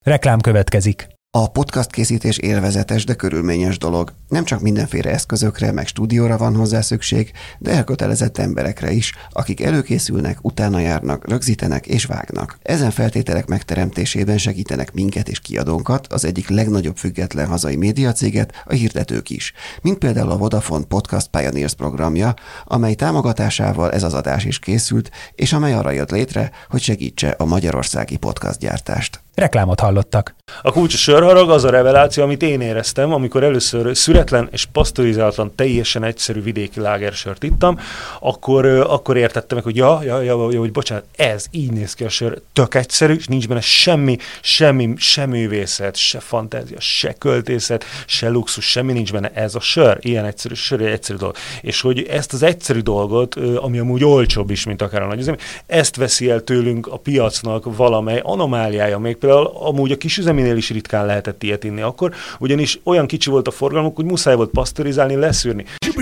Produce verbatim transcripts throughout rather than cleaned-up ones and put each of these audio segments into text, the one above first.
Reklám következik. A podcast készítés élvezetes, de körülményes dolog. Nem csak mindenféle eszközökre, meg stúdióra van hozzá szükség, de elkötelezett emberekre is, akik előkészülnek, utána járnak, rögzítenek és vágnak. Ezen feltételek megteremtésében segítenek minket és kiadónkat, az egyik legnagyobb független hazai médiacéget, a hirdetők is, mint például a Vodafone Podcast Pioneers programja, amely támogatásával ez az adás is készült, és amely arra jött létre, hogy segítse a magyarországi podcastgyártást. Reklámot hallottak. A kulcs a sörharag az a reveláció, amit én éreztem, amikor először szüretlen és pasztorizálatlan, teljesen egyszerű vidéki lágersört ittam, akkor, akkor értettem meg, hogy ja, ja, ja, ja, hogy bocsánat, ez így néz ki a sör, tök egyszerű, és nincs benne semmi, semmi, sem művészet, se fantázia, se költészet, se luxus, semmi nincs benne, ez a sör, ilyen egyszerű sör, egy egyszerű dolog. És hogy ezt az egyszerű dolgot, ami amúgy olcsóbb is, mint akár a nagy üzem, ezt veszi el tőlünk a piacnak valamely anomáliája, még például amúgy a kisüzeminél is ritkán lehetett ilyet inni akkor, ugyanis olyan kicsi volt a forgalmuk, hogy muszáj volt pasztorizálni, leszűrni.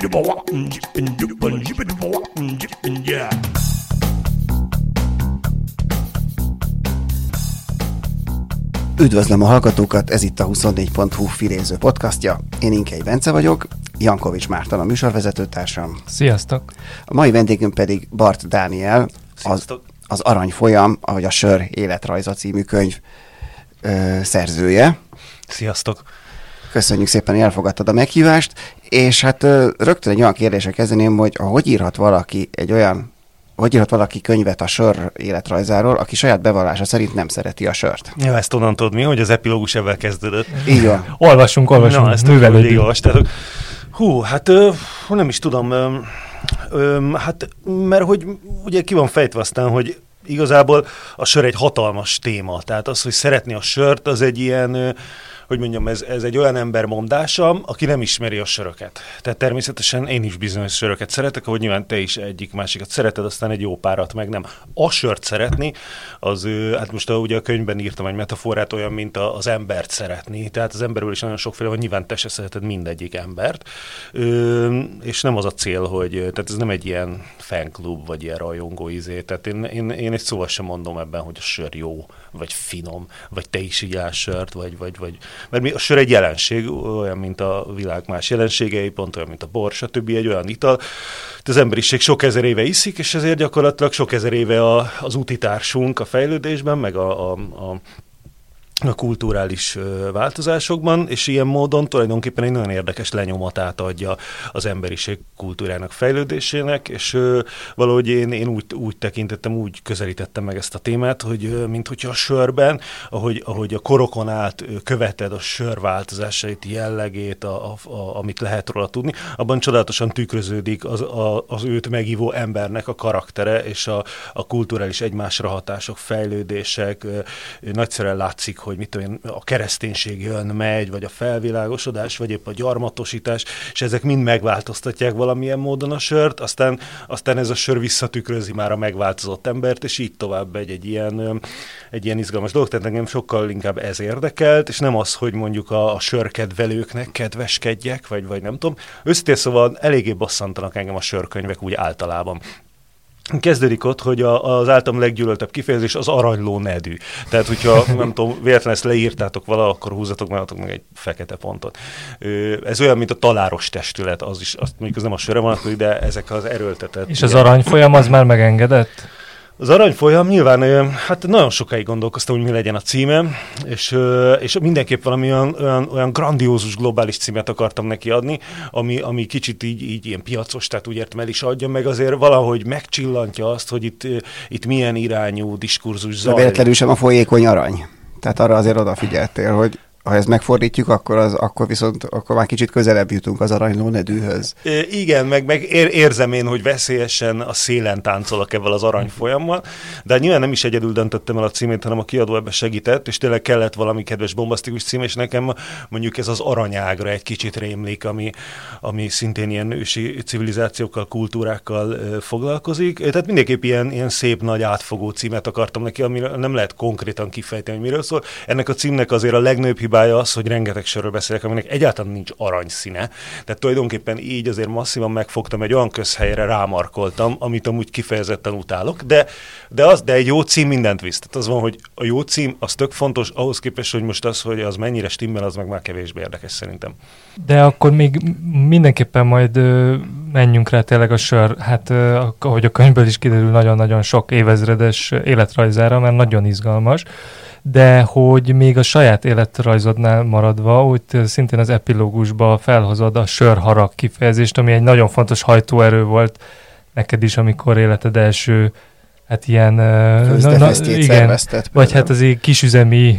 Üdvözlöm a hallgatókat, ez itt a huszonnégy pont hu filéző podcastja. Én Inkei Bence vagyok, Jankovics Márton a műsorvezetőtársam. Sziasztok! A mai vendégünk pedig Bart Dániel, az, az Aranyfolyam, ahogy a Sör életrajza című könyv ö, szerzője. Sziasztok! Köszönjük szépen, hogy elfogadtad a meghívást, és hát ö, rögtön egy olyan kérdésre kezdeném, hogy hogy írhat valaki egy olyan, hogy írhat valaki könyvet a sör életrajzáról, aki saját bevallása szerint nem szereti a sört. Ja, ezt onnan tudod mi, hogy az epilógus ebben kezdődött. Így van. Olvassunk, olvasunk, Na, ezt művelődünk. olvastátok. Hú, hát ö, nem is tudom, ö, ö, hát mert hogy ugye ki van fejtve aztán, hogy igazából a sör egy hatalmas téma, tehát az, hogy szeretni a sört, az egy ilyen, hogy mondjam, ez, ez egy olyan ember mondása, aki nem ismeri a söröket. Tehát természetesen én is bizonyos söröket szeretek, ahogy nyilván te is egyik-másikat szereted, aztán egy jó párat meg nem. A sört szeretni, az, hát most ugye a könyvben írtam egy metaforát, olyan, mint az embert szeretni. Tehát az emberből is nagyon sokféle van, nyilván te se szereted mindegyik embert. És nem az a cél, hogy, tehát ez nem egy ilyen fanklub, vagy ilyen rajongó izé. Tehát én, én, én egy szóval sem mondom ebben, hogy a sör jó, vagy finom, vagy te is így állsz sört, vagy, vagy, vagy mert a sör egy jelenség, olyan, mint a világ más jelenségei, pont olyan, mint a bor, stb. Egy olyan ital. Az emberiség sok ezer éve iszik, és ezért gyakorlatilag sok ezer éve a, az útitársunk a fejlődésben, meg a, a, a a kulturális változásokban, és ilyen módon tulajdonképpen egy nagyon érdekes lenyomatát adja az emberiség kultúrának fejlődésének, és ö, valahogy én, én úgy, úgy tekintettem, úgy közelítettem meg ezt a témát, hogy ö, mint hogyha a sörben, ahogy, ahogy a korokon át ö, követed a sör változásait, jellegét, a, a, a, amit lehet róla tudni, abban csodálatosan tükröződik az, a, az őt megívó embernek a karaktere, és a, a kulturális egymásra hatások, fejlődések, ö, nagyszerűen látszik, hogy mit tudom én, a kereszténység jön, megy, vagy a felvilágosodás, vagy épp a gyarmatosítás, és ezek mind megváltoztatják valamilyen módon a sört, aztán, aztán ez a sör visszatükrözi már a megváltozott embert, és így tovább megy egy ilyen, egy ilyen izgalmas dolog, tehát engem sokkal inkább ez érdekelt, és nem az, hogy mondjuk a, a sörkedvelőknek kedveskedjek, vagy, vagy nem tudom. Őszintén szóval eléggé bosszantanak engem a sörkönyvek úgy általában. Kezdődik ott, hogy a, az általam leggyűlöltebb kifejezés az aranyló nedű. Tehát, hogyha nem tudom, véletlenül ezt leírtátok vala, akkor húzzatok magatok meg egy fekete pontot. Ez olyan, mint a taláros testület, az is, azt mondjuk az nem a sörre vonatkozik, de ezek az erőltetett. És az aranyfolyam az már megengedett? Az Aranyfolyam nyilván, hát nagyon sokáig gondolkoztam, hogy mi legyen a címe, és, és mindenképp valami olyan, olyan, olyan grandiózus globális címet akartam neki adni, ami, ami kicsit így, így ilyen piacos, tehát úgy értem el is adja, meg azért valahogy megcsillantja azt, hogy itt, itt milyen irányú diskurzus zajlik. Véletlenül sem a folyékony arany. Tehát arra azért odafigyeltél, hogy ha ezt megfordítjuk, akkor, az, akkor viszont akkor már kicsit közelebb jutunk az aranyló nedűhöz. É, igen, meg, meg ér, érzem én, hogy veszélyesen a szélen táncolok ebben az aranyfolyammal, de nyilván nem is egyedül döntöttem el a címét, hanem a kiadó ebben segített, és tényleg kellett valami kedves bombasztikus cím, és nekem mondjuk ez az aranyágra egy kicsit rémlik, ami, ami szintén ilyen ősi civilizációkkal, kultúrákkal ö, foglalkozik. Tehát mindenképp ilyen, ilyen szép, nagy, átfogó címet akartam neki, amire nem lehet konkrétan kifejteni, hogy miről szól. Ennek a címnek azért a legnagyobb hibája hibája az, hogy rengeteg sörről beszélek, aminek egyáltalán nincs aranyszíne. Tehát tulajdonképpen így azért masszívan megfogtam, egy olyan közhelyre rámarkoltam, amit amúgy kifejezetten utálok, de, de, az, de egy jó cím mindent visz. Tehát az van, hogy a jó cím, az tök fontos, ahhoz képest, hogy most az, hogy az mennyire stimmel, az meg már kevésbé érdekes szerintem. De akkor még mindenképpen majd ö, menjünk rá tényleg a sör, hát ö, ahogy a könyvből is kiderül, nagyon-nagyon sok évezredes életrajzára, mert nagyon izgalmas, de hogy még a saját életrajzodnál maradva, úgy szintén az epilógusba felhozod a sörharag kifejezést, ami egy nagyon fontos hajtóerő volt neked is, amikor életed első hát ilyen na, na, igen, vagy hát az így kisüzemi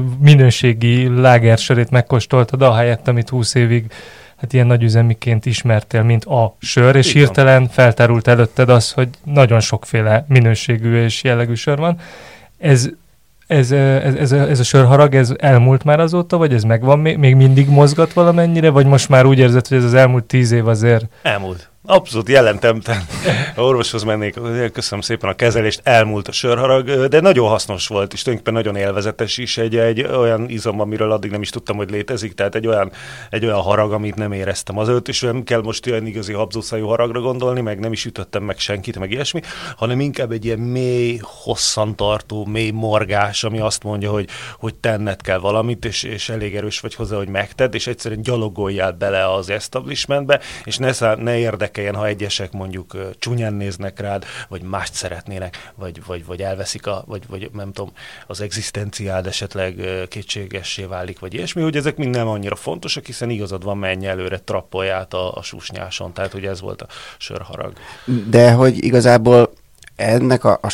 minőségi lágersörét megkóstoltad, ahelyett, amit húsz évig hát ilyen nagyüzemiként ismertél, mint a sör, és igen, hirtelen feltárult előtted az, hogy nagyon sokféle minőségű és jellegű sör van. Ez, ez, ez, ez, ez a sörharag, ez elmúlt már azóta, vagy ez megvan, még, még mindig mozgat valamennyire, vagy most már úgy érzed, hogy ez az elmúlt tíz év azért... Elmúlt. Abszolút jelentem, a orvoshoz mennék, köszönöm szépen a kezelést, elmúlt a sörharag, de nagyon hasznos volt, és tulajdonképpen nagyon élvezetes is, egy, egy olyan izom, amiről addig nem is tudtam, hogy létezik, tehát egy olyan, egy olyan harag, amit nem éreztem azelőtt, és nem kell most olyan igazi habzószájú haragra gondolni, meg nem is ütöttem meg senkit, meg ilyesmi, hanem inkább egy ilyen mély, hosszantartó, mély morgás, ami azt mondja, hogy, hogy tenned kell valamit, és, és elég erős vagy hozzá, hogy megtedd, és egyszerűen gyalogoljál bele az establishmentbe, és ne, szá- ne érdek ha egyesek mondjuk uh, csúnyán néznek rád, vagy mást szeretnének, vagy, vagy, vagy elveszik, a, vagy, vagy nem tudom, az egzisztenciád esetleg uh, kétségessé válik, vagy ilyesmi, hogy ezek mind nem annyira fontosak, hiszen igazad van, menj előre, trappolját a, a susnyáson, tehát hogy ez volt a sörharag. De hogy igazából ennek a, a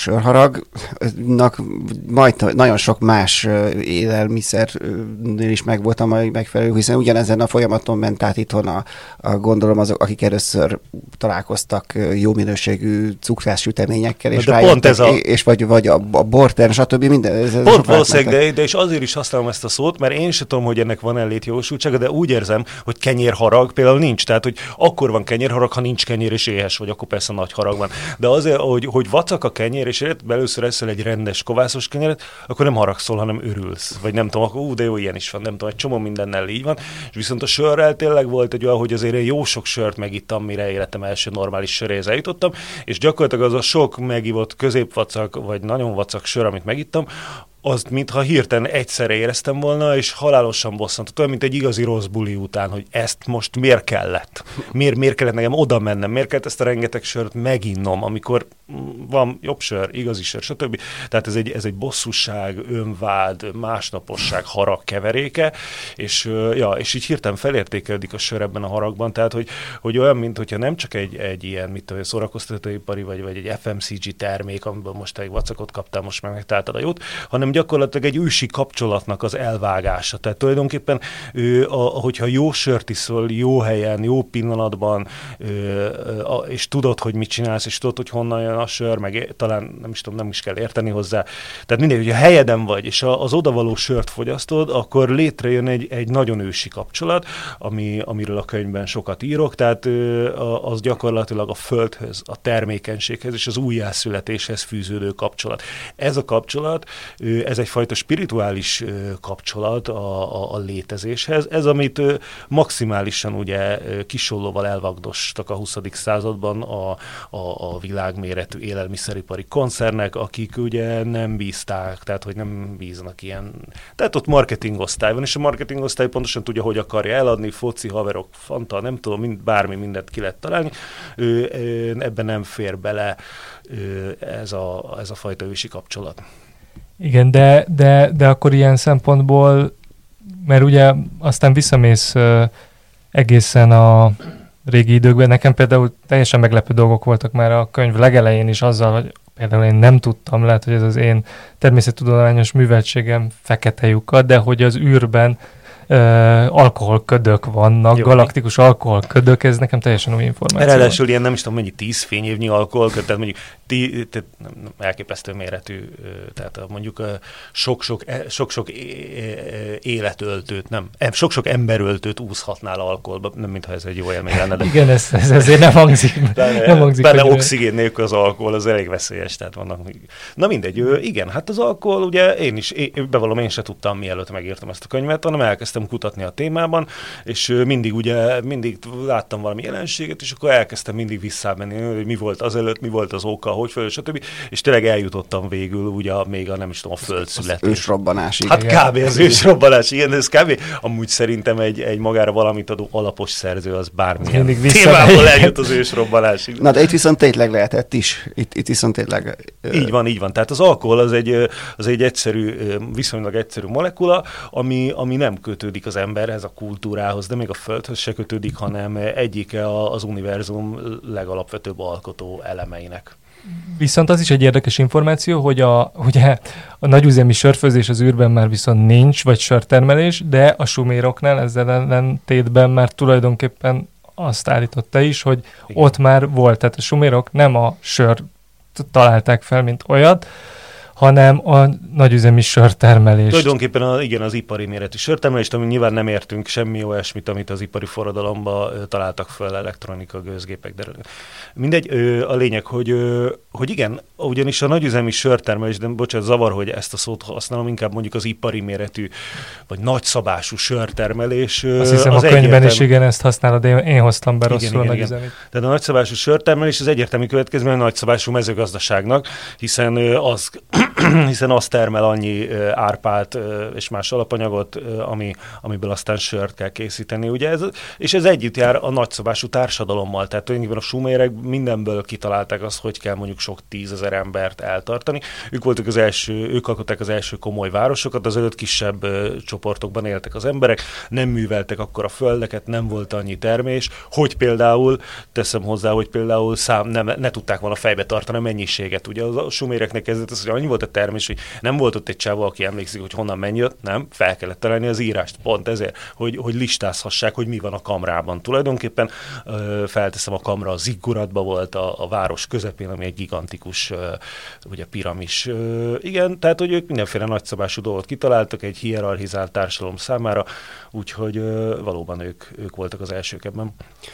sörharagnak majd nagyon sok más élelmiszernél is megvolt a megfelelő, hiszen ugyanezen a folyamaton ment át itthon a, a gondolom azok, akik először találkoztak jó minőségű cukrás süteményekkel, és, pont ez a... és vagy, vagy a, a bortern, stb. Minden. Ez, ez pont valószínűleg, de, de és azért is használom ezt a szót, mert én sem tudom, hogy ennek van-e létjogosultsága, de úgy érzem, hogy kenyérharag például nincs. Tehát, hogy akkor van kenyérharag, ha nincs kenyér és éhes vagy, akkor persze nagy harag van. De azért, hogy, hogy vacak a kenyér, és először eszel egy rendes kovászos kenyeret, akkor nem haragszol, hanem örülsz. Vagy nem tudom, akkor ú, de jó, ilyen is van, nem tudom, egy csomó mindennel így van. És viszont a sörrel tényleg volt egy olyan, hogy azért én jó sok sört megittam, mire életem első normális söréhez eljutottam, és gyakorlatilag az a sok megivott középvacak, vagy nagyon vacak sör, amit megittam, azt mintha hirtelen egyszerre éreztem volna, és halálosan bosszantott, olyan, mint egy igazi rossz buli után, hogy ezt most miért kellett? Miért, miért kellett nekem oda mennem? Miért kellett ezt a rengeteg sört meginnom, amikor van jobb sör, igazi sör, stb. Tehát ez egy, ez egy bosszúság, önvád, másnaposság, harag keveréke, és, ja, és így hirtelen felértékelődik a sör ebben a haragban, tehát hogy, hogy olyan, mint hogyha nem csak egy, egy ilyen, mit tudom, szórakoztatóipari, vagy, vagy egy ef em cé gé termék, amiből most egy vacakot kaptál, most meg megtaláltad a jót, hanem gyakorlatilag egy ősi kapcsolatnak az elvágása. Tehát tulajdonképpen, ő, a, hogyha jó sört iszol, jó helyen, jó pillanatban, ő, a, és tudod, hogy mit csinálsz, és tudod, hogy honnan jön a sör, meg talán nem is tudom, nem is kell érteni hozzá. Tehát mindegy, hogy a helyeden vagy, és az odavaló sört fogyasztod, akkor létrejön egy, egy nagyon ősi kapcsolat, ami, amiről a könyvben sokat írok, tehát az gyakorlatilag a földhöz, a termékenységhez és az újjászületéshez fűződő kapcsolat. Ez a kapcsolat, ez egyfajta spirituális kapcsolat a, a, a létezéshez. Ez, amit maximálisan ugye kisollóval elvagdostak a huszadik században a, a, a világméretű élelmiszeripari koncernek, akik ugye nem bízták, tehát hogy nem bíznak ilyen. Tehát ott marketingosztály van, és a marketingosztály pontosan tudja, hogy akarja eladni, foci, haverok, fanta, nem tudom, mind, bármi mindent ki lehet találni. Ebben nem fér bele ez a, ez a fajta ősi kapcsolat. Igen, de, de, de akkor ilyen szempontból, mert ugye aztán visszamész uh, egészen a régi időkben. Nekem például teljesen meglepő dolgok voltak már a könyv legelején is azzal, hogy például én nem tudtam, lehet, hogy ez az én természettudományos műveltségem fekete lyuka, de hogy az űrben uh, alkoholködök vannak, jó, galaktikus alkoholködök, ez nekem teljesen új információ. Ráadásul ilyen nem is tudom mennyi tíz fényévnyi alkoholköd, tehát mondjuk tí, tí, elképesztő méretű, tehát mondjuk sok-sok, sok-sok életöltőt, nem, sok-sok emberöltőt úszhatnál alkoholba, nem mintha ez egy jó élmény lenne. De... Igen, ez, ez ezért nem hangzik. Benne, nem hangzik benne oxigén nélkül az alkohol, az elég veszélyes, tehát vannak... Na mindegy, igen, hát az alkohol, ugye én is, én, bevallom, én se tudtam, mielőtt megírtam ezt a könyvet, hanem elkezdtem kutatni a témában, és mindig ugye, mindig láttam valami jelenséget, és akkor elkezdtem mindig visszámenni, hogy mi volt azelőtt, mi volt az oka, hogy föl, stb. És tényleg eljutottam végül, ugye még a nem is tudom, a földszületés. Ősrobbanásig. Hát kb. Az ősrobbanás, igen, ez kb. Amúgy szerintem egy, egy magára valamit adó alapos szerző az bármilyen témából eljut az ősrobbanásig. Na de itt viszont tényleg lehetett is. Itt, itt viszont tényleg... Így van, így van. Tehát az alkohol az egy, az egy egyszerű, viszonylag egyszerű molekula, ami, ami nem kötődik az emberhez, a kultúrához, de még a Földhöz se kötődik, hanem egyike az univerzum legalapvetőbb alkotó elemeinek. Viszont az is egy érdekes információ, hogy a, ugye, a nagyüzemi sörfőzés az űrben már viszont nincs, vagy sörtermelés, de a suméroknál ezzel ellentétben már tulajdonképpen azt állította is, hogy igen, ott már volt. Tehát a sumérok nem a sört találták fel, mint olyat, hanem a nagyüzemi sörtermelést. Tulajdonképpen a, igen, az ipari méretű sörtermelést, ami nyilván nem értünk semmi olyasmit, amit az ipari forradalomban ö, találtak fel, elektronika, gőzgépek, de mindegy. Ö, a lényeg, hogy, ö, hogy igen, ugyanis a nagyüzemi sörtermelés, de bocsánat, zavar, hogy ezt a szót használom, inkább mondjuk az ipari méretű, vagy nagyszabású sörtermelés. Ö, Azt hiszem az a könyvben egyértelmű... is igen, ezt használod, én, én hoztam be rosszul igen, a nagyüzemit. Tehát a nagyszabású sörtermelés az egyértelmű következmény a nagyszabású mezőgazdaságnak, hiszen ö, az hiszen az termel annyi uh, árpát uh, és más alapanyagot, uh, ami, amiből aztán sört kell készíteni. Ugye ez, és ez együtt jár a nagyszabású társadalommal. Tehát tulajdonképpen a sumérek mindenből kitalálták azt, hogy kell mondjuk sok tízezer embert eltartani. Ők voltak az első, ők alkották az első komoly városokat, az előtt kisebb uh, csoportokban éltek az emberek, nem műveltek akkor a földeket, nem volt annyi termés, hogy például, teszem hozzá, hogy például szám, nem, ne tudták volna fejbe tartani a mennyiséget. Ugye a suméreknek kezdett az, hogy annyi volt a termés, hogy nem volt ott egy csávó, aki emlékszik, hogy honnan mennyi jött, nem, fel kellett találni az írást, pont ezért, hogy, hogy listázhassák, hogy mi van a kamrában. Tulajdonképpen ö, felteszem, a kamra a zigguratban volt a, a város közepén, ami egy gigantikus ö, ugye piramis. Ö, igen, tehát, hogy ők mindenféle nagyszabású dolgot kitaláltak egy hierarchizált társadalom számára, úgyhogy ö, valóban ők, ők voltak az elsők ebben.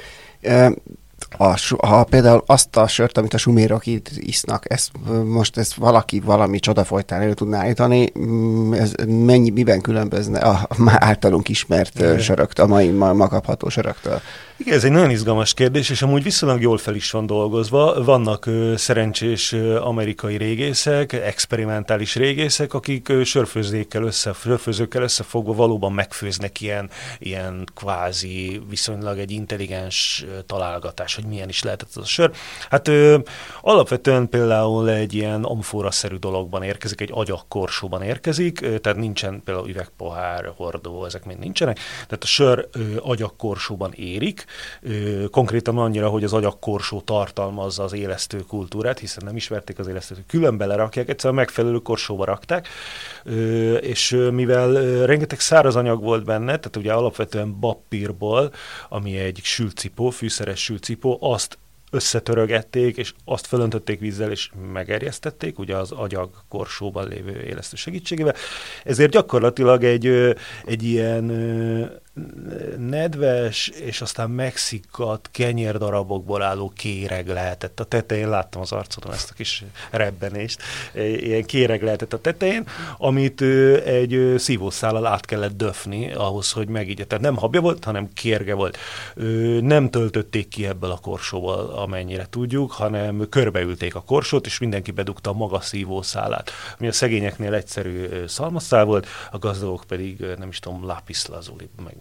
E- A, ha például azt a sört, amit a sumérok itt isznak, ezt, most ezt valaki valami csodafolytán elő tudná állítani, ez mennyi, miben különbözne a már általunk ismert igen, söröktől, a mai ma, ma kapható söröktől? Igen, ez egy nagyon izgalmas kérdés, és amúgy viszonylag jól fel is van dolgozva. Vannak ö, szerencsés ö, amerikai régészek, experimentális régészek, akik ö, sörfőzőkkel, össze, sörfőzőkkel összefogva valóban megfőznek ilyen, ilyen kvázi, viszonylag egy intelligens ö, találgatás, hogy milyen is lehetett az a sör. Hát ö, alapvetően például egy ilyen amfóraszerű dologban érkezik, egy agyagkorsóban érkezik, ö, tehát nincsen például üvegpohár, hordó, ezek mind nincsenek. Tehát a sör ö, agyagkorsóban érik, konkrétan annyira, hogy az agyagkorsó tartalmazza az élesztő kultúrát, hiszen nem ismerték az élesztőt, külön belerakják, egyszerűen megfelelő korsóba rakták, és mivel rengeteg száraz anyag volt benne, tehát ugye alapvetően babpírból, ami egy sülcipó, fűszeres sülcipó, azt összetörögették, és azt fölöntötték vízzel, és megerjesztették, ugye az agyag korsóban lévő élesztő segítségével. Ezért gyakorlatilag egy, egy ilyen nedves, és aztán megszikat kenyérdarabokból álló kéreg lehetett a tetején. Láttam az arcodon ezt a kis rebbenést. Ilyen kéreg lehetett a tetején, amit egy szívószállal át kellett döfni ahhoz, hogy megígye. Tehát nem habja volt, hanem kérge volt. Nem töltötték ki ebből a korsóval, amennyire tudjuk, hanem körbeülték a korsót, és mindenki bedugta a maga szívószálát. Ami a szegényeknél egyszerű szalmaszál volt, a gazdagok pedig, nem is tudom, lapis lazuli, meg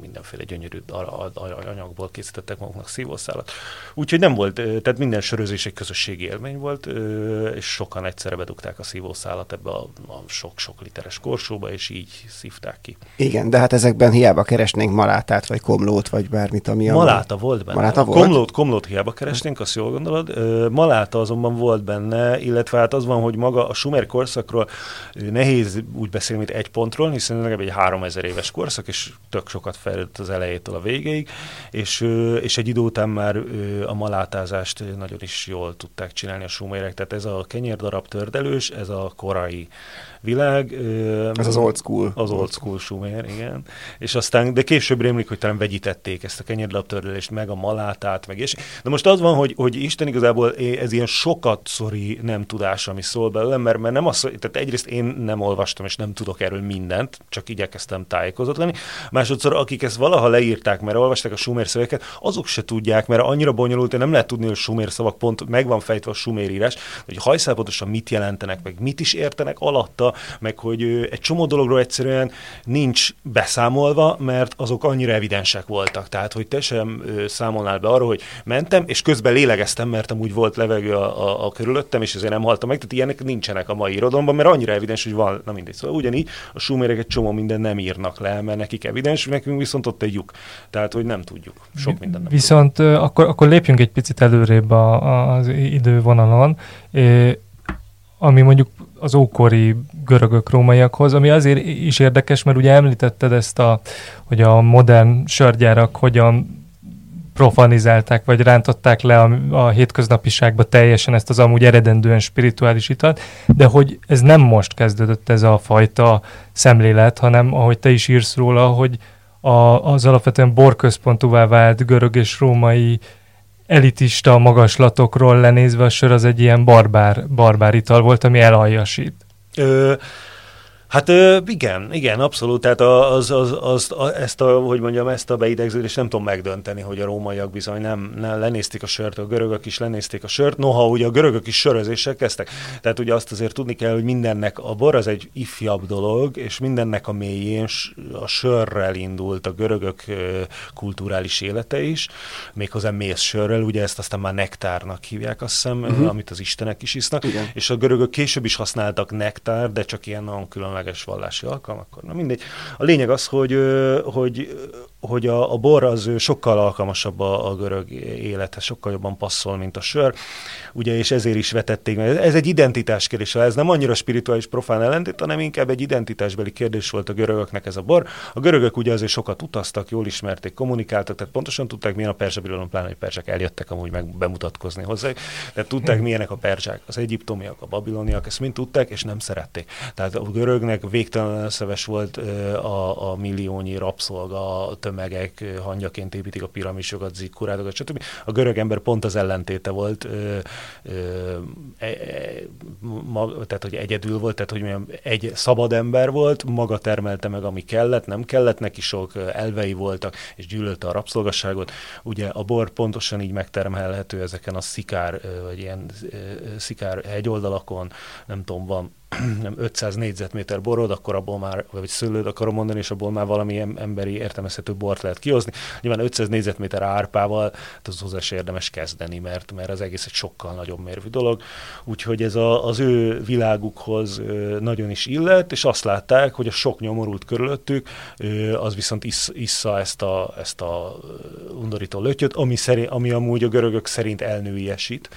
mindenféle gyönyörű anyagból készítettek maguknak szívószálat. Úgyhogy nem volt, tehát minden sörözés egy közösségi élmény volt, és sokan egyszerre bedugták a szívószálat ebbe a, a sok-sok literes korsóba, és így szívták ki. Igen, de hát ezekben hiába keresnénk malátát, vagy komlót, vagy bármit, ami... Maláta volt benne. Maláta volt? Komlót, komlót hiába keresnénk, azt jól gondolod. Maláta azonban volt benne, illetve hát az van, hogy maga a sumer korszakról nehéz úgy beszélni, mint egy pontról, hiszen legalább egy háromezer éves korszak, és tök sokat fejlődött az elejétől a végéig, és, és egy idő után már a malátázást nagyon is jól tudták csinálni a sumerek. Tehát ez a kenyérdarab tördelős, ez a korai világ. Ez az old school. Az old school sumer, igen. És aztán, de később rémlik, hogy talán vegyítették ezt a kenyérdarab tördelést, meg a malátát, meg és. De most az van, hogy, hogy Isten igazából ez ilyen sokatszori nem tudás, ami szól belőle, mert, mert nem az, tehát egyrészt én nem olvastam, és nem tudok erről mindent, csak igyekeztem tájékozott lenni. Másodszor, akik ezt valaha leírták, mert olvasták a sumer szöveket, azok se tudják, mert annyira bonyolult, hogy nem lehet tudni, hogy a sumer szavak pont meg van fejtve a sumer írás, hogy hajszál pontosan mit jelentenek, meg mit is értenek alatta, meg hogy egy csomó dologról egyszerűen nincs beszámolva, mert azok annyira evidensek voltak. Tehát, hogy te sem számolnál be arról, hogy mentem, és közben lélegeztem, mert amúgy volt levegő a, a, a körülöttem, és ezért nem haltam meg. Tehát ilyenek nincsenek a mai irodalomban, mert annyira evidens, hogy van, na mindegy. Szóval ugyanígy a sumerek egy csomó minden nem írnak le, mert nekik evidens, nekünk viszont ott egy lyuk. Tehát, hogy nem tudjuk. Sok minden nem Viszont tudjuk. Akkor, akkor lépjünk egy picit előrébb a, a, az idővonalon, é, ami mondjuk az ókori görögök, rómaiakhoz, ami azért is érdekes, mert ugye említetted ezt, a, hogy a modern sörgyárak hogyan profanizálták, vagy rántották le a, a hétköznapiságba teljesen ezt az amúgy eredendően spirituális italt, de hogy ez nem most kezdődött ez a fajta szemlélet, hanem ahogy te is írsz róla, hogy a, az alapvetően borközpontúvá vált görög és római elitista magaslatokról lenézve a sör az egy ilyen barbár, barbár ital volt, ami elaljassít. Ö, hát ö, igen, igen, abszolút. Tehát az, az, az, az, ezt a, hogy mondjam, ezt a beidegződést nem tudom megdönteni, hogy a rómaiak bizony nem, nem lenézték a sört, a görögök is lenézték a sört, noha ugye a görögök is sörözéssel kezdtek. Tehát ugye azt azért tudni kell, hogy mindennek, a bor az egy ifjabb dolog, és mindennek a mélyén a sörrel indult a görögök kulturális élete is, méghozzá mézsörrel, ugye ezt aztán már nektárnak hívják, azt hiszem, uh-huh. amit az istenek is isznak, igen. És a görögök később is használtak nektár, de csak ilyen nagyon különleges vallási alkalmakkor. Na mindegy. A lényeg az, hogy, hogy, hogy a, a bor az sokkal alkalmasabb a, a görög élethez, sokkal jobban passzol, mint a sör. Ugye, és ezért is vetették meg. Ez egy identitás kérdés, ez nem annyira spirituális profán ellentét, hanem inkább egy identitásbeli kérdés volt a görögöknek ez a bor. A görögök ugye azért sokat utaztak, jól ismerték, kommunikáltak, tehát pontosan tudták, milyen a perzsa birodalom, pláne, hogy perzsák eljöttek amúgy meg bemutatkozni hozzá. Tehát tudták, milyenek a perzsák, az egyiptomiak, a babiloniak, ezt mind tudták, és nem szerették. Tehát a görögnek végtelenül szeves volt a, a milliónyi rabszolga, a tömegek hangyaként építik a piramisokat, zikkurátokat, stb. A görög ember pont az ellentéte volt, ö, ö, e, e, ma, tehát hogy egyedül volt, tehát hogy mondjam, egy szabad ember volt, maga termelte meg, ami kellett, nem kellett, neki sok elvei voltak, és gyűlölte a rabszolgasságot. Ugye a bor pontosan így megtermelhető ezeken a szikár, vagy ilyen szikár hegyoldalakon, nem tudom, van nem ötszáz négyzetméter borod, akkor abból már, vagy szőlőd akarom mondani, és abból már valami emberi értelmezhető bort lehet kihozni. Nyilván ötszáz négyzetméter árpával az hozzá se érdemes kezdeni, mert, mert az egész egy sokkal nagyobb mérvű dolog. Úgyhogy ez a, az ő világukhoz nagyon is illett, és azt látták, hogy a sok nyomorult körülöttük, az viszont isz, issza ezt a, ezt a undorító lötyöt, ami, szerint, ami amúgy a görögök szerint elnőiesít.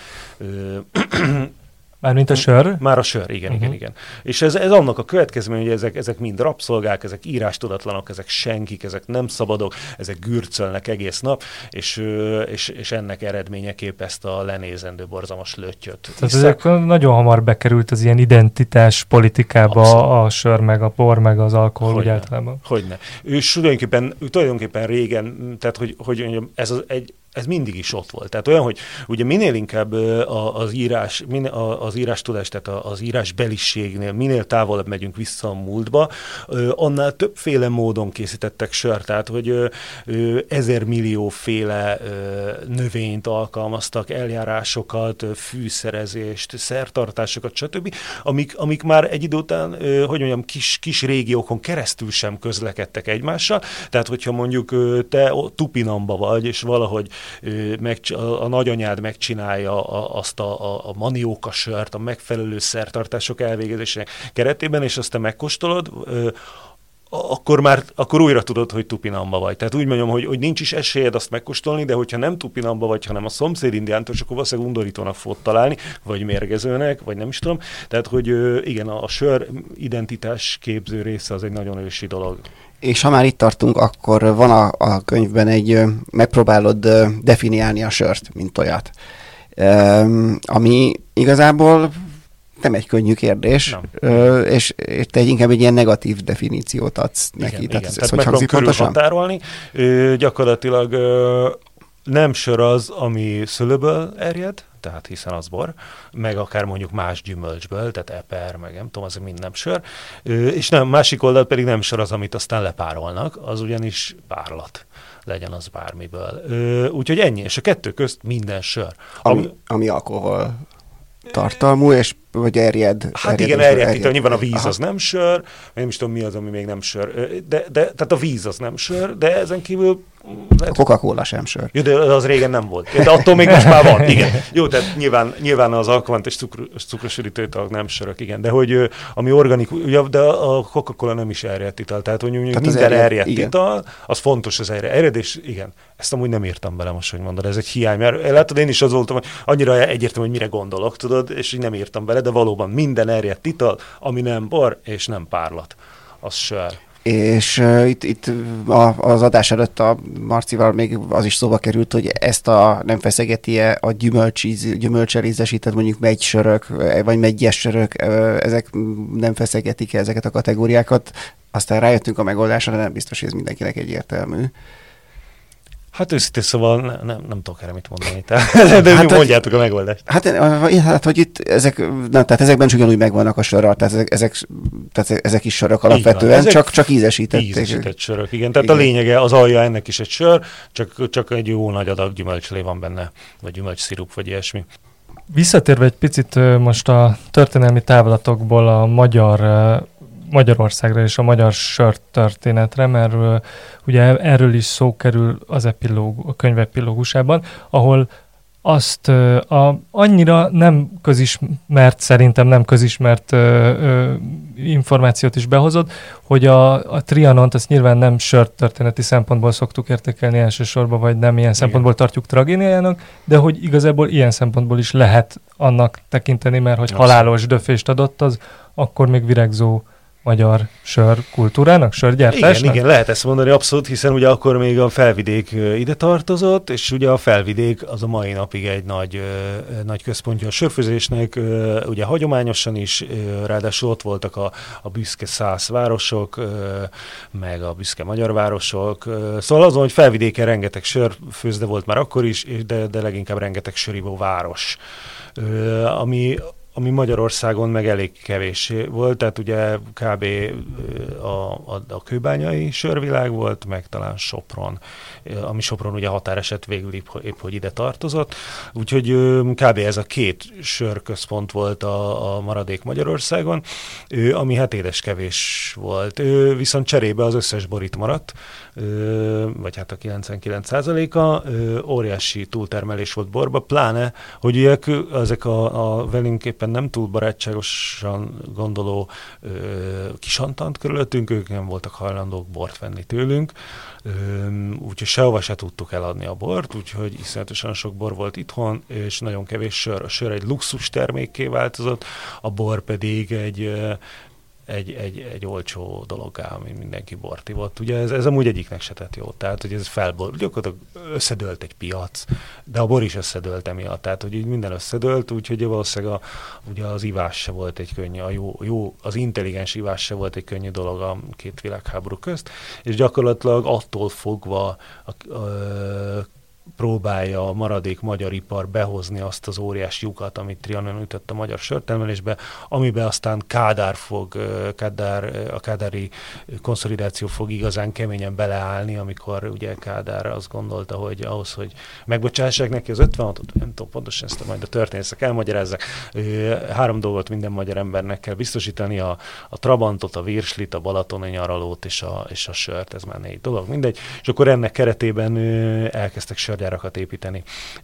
Mármint a sör? Már a sör, igen, uh-huh. igen, igen. És ez, ez annak a következmény, hogy ezek, ezek mind rabszolgák, ezek írástudatlanok, ezek senkik, ezek nem szabadok, ezek gürcölnek egész nap, és, és, és ennek eredményeképp ezt a lenézendő borzalmas löttyöt. Tehát ezek nagyon hamar bekerült az ilyen identitás politikába. Abszolút. A sör, meg a bor, meg az alkohol úgy általában. Hogyne. És tulajdonképpen, tulajdonképpen régen, tehát hogy, hogy mondjam, ez az egy ez mindig is ott volt. Tehát olyan, hogy ugye minél inkább az írás, az írás tudás, tehát az írás beliségnél minél távolabb megyünk vissza a múltba, annál többféle módon készítettek sört, tehát hogy ezermillióféle növényt alkalmaztak, eljárásokat, fűszerezést, szertartásokat, stb., amik, amik már egy idő után, hogy mondjam, kis, kis régiókon keresztül sem közlekedtek egymással. Tehát, hogyha mondjuk te Tupinamba vagy, és valahogy meg, a, a nagyanyád megcsinálja a, azt a, a, a manióka sört, a megfelelő szertartások elvégezésének keretében, és azt te megkóstolod, akkor már akkor újra tudod, hogy Tupinamba vagy. Tehát úgy mondjam, hogy, hogy nincs is esélyed azt megkóstolni, de hogyha nem Tupinamba vagy, hanem a szomszéd indiántól, akkor valószínűleg undorítónak fogod találni, vagy mérgezőnek, vagy nem is tudom. Tehát, hogy igen, a, a sör identitás képző része az egy nagyon ősi dolog. És ha már itt tartunk, akkor van a, a könyvben egy, megpróbálod definiálni a sört, mint olyat. Um, ami igazából nem egy könnyű kérdés, ö, és, és te egy inkább egy ilyen negatív definíciót adsz neki. Igen, tehát igen. ez, Tehát hogy hangzik pontosan? határolni. Ö, gyakorlatilag ö, nem sör az, ami szőlőből erjed, tehát hiszen az bor, meg akár mondjuk más gyümölcsből, tehát eper, meg nem tudom, az mind nem sör, ö, és nem, másik oldal pedig nem sör az, amit aztán lepárolnak, az ugyanis párlat, legyen az bármiből. Ö, úgyhogy ennyi, és a kettő közt minden sör. Ami, ami, ami alkohol tartalmú, és vagy erjed. Hát erjed igen, erjed, erjed, nyilván a víz aha. az nem sör, nem is tudom mi az, ami még nem sör, de, de tehát a víz az nem sör, de ezen kívül... A Coca-Cola sem sör. Jó, de az régen nem volt. De attól még most már van, igen. Jó, tehát nyilván, nyilván az alkoholmentes cukros üdítőitalak nem sörök, igen. De hogy ami organikus, ugye, de a Coca-Cola nem is erjedt ital. Tehát, hogy tehát minden erjed, erjedt igen. ital, az fontos az erjed. Erjed, és igen, ezt amúgy nem írtam bele most, hogy mondod, ez egy hiány. Mert látod, én is az voltam, hogy annyira egyértelmű, hogy mire gondolok, tudod, és így nem írtam bele, de valóban minden erjedt ital, ami nem bor, és nem párlat, az sör. És uh, itt, itt a, az adás előtt a Marcival még az is szóba került, hogy ezt a nem feszegeti-e a gyümölcsel ízesített mondjuk megysörök, vagy meggyes sörök, ezek nem feszegetik ezeket a kategóriákat. Aztán rájöttünk a megoldásra, de nem biztos, hogy ez mindenkinek egyértelmű. Hát őszintén szóval ne, nem, nem tudok erre mit mondani. Tehát, de hát, mondjátok a megoldást. Hát, hát, hogy itt ezek, nem, tehát ezekben is ugyanúgy megvannak a sörök, tehát ezek, ezek, tehát ezek is sörök alapvetően, ezek csak, csak ízesítették. Ízesített sörök, igen. Tehát igen. A lényege, az alja ennek is egy sör, csak, csak egy jó nagy adag gyümölcslé van benne, vagy gyümölcsszirup, vagy ilyesmi. Visszatérve egy picit most a történelmi távlatokból a magyar Magyarországra és a magyar sörtörténetre, mert uh, ugye erről is szó kerül az epilóg, a könyv epilógusában, ahol azt uh, a, annyira nem közismert, szerintem nem közismert uh, uh, információt is behozott, hogy a, a Trianont azt nyilván nem sörtörténeti szempontból szoktuk értékelni elsősorban, vagy nem ilyen Igen. szempontból tartjuk tragédiájának, de hogy igazából ilyen szempontból is lehet annak tekinteni, mert hogy Abszett. halálos döfést adott, az akkor még virágzó magyar sör kultúrának, sörgyártásnak? Igen, igen, lehet ezt mondani abszolút, hiszen ugye akkor még a Felvidék ide tartozott, és ugye a Felvidék az a mai napig egy nagy, nagy központja a sörfőzésnek, ugye hagyományosan is, ráadásul ott voltak a, a büszke szász városok, meg a büszke magyar városok, szóval azon, hogy Felvidéken rengeteg sörfőzde volt már akkor is, de, de leginkább rengeteg sörivó város, ami ami Magyarországon meg elég kevés volt, tehát ugye kb. a, a, a kőbányai sörvilág volt, meg talán Sopron, ami Sopron ugye határeset végül épp, épp hogy ide tartozott, úgyhogy kb. Ez a két sörközpont volt a, a maradék Magyarországon, ami hát édes kevés volt, viszont cserébe az összes bor itt maradt, vagy hát a kilencvenkilenc százaléka, óriási túltermelés volt borba, pláne, hogy ugye ezek a, a velünk éppen nem túl barátságosan gondoló ö, kisantant körülöttünk, ők nem voltak hajlandók bort venni tőlünk, úgyhogy sehova se tudtuk eladni a bort, úgyhogy iszonyatosan sok bor volt itthon, és nagyon kevés sör. A sör egy luxus termékké változott, a bor pedig egy Egy, egy, egy olcsó dologgá, ami mindenki bort ivott. Ugye ez, ez amúgy egyiknek se tett jót, tehát hogy ez felbor, gyakorlatilag összedőlt egy piac, de a bor is összedőlt emiatt, tehát hogy így minden összedőlt, úgyhogy valószínűleg a, ugye az ivás se volt egy könnyű, a jó, jó, az intelligens ivás se volt egy könnyű dolog a két világháború közt, és gyakorlatilag attól fogva a, a, próbálja a maradék magyar ipar behozni azt az óriási lyukat, amit Trianon ütött a magyar sörtermelésbe, amiben aztán Kádár fog, Kádár, a kádári konszolidáció fog igazán keményen beleállni, amikor ugye Kádár azt gondolta, hogy ahhoz, hogy megbocsássák neki az ötvenhatot, nem tudom pontosan ezt, majd a történészek elmagyarázzák, három dolgot minden magyar embernek kell biztosítani, a, a Trabantot, a Virslit, a balatoni nyaralót és a, és a sört, ez már négy dolog, mindegy, és akkor ennek keretében elkezdtek sörgyárakat építeni.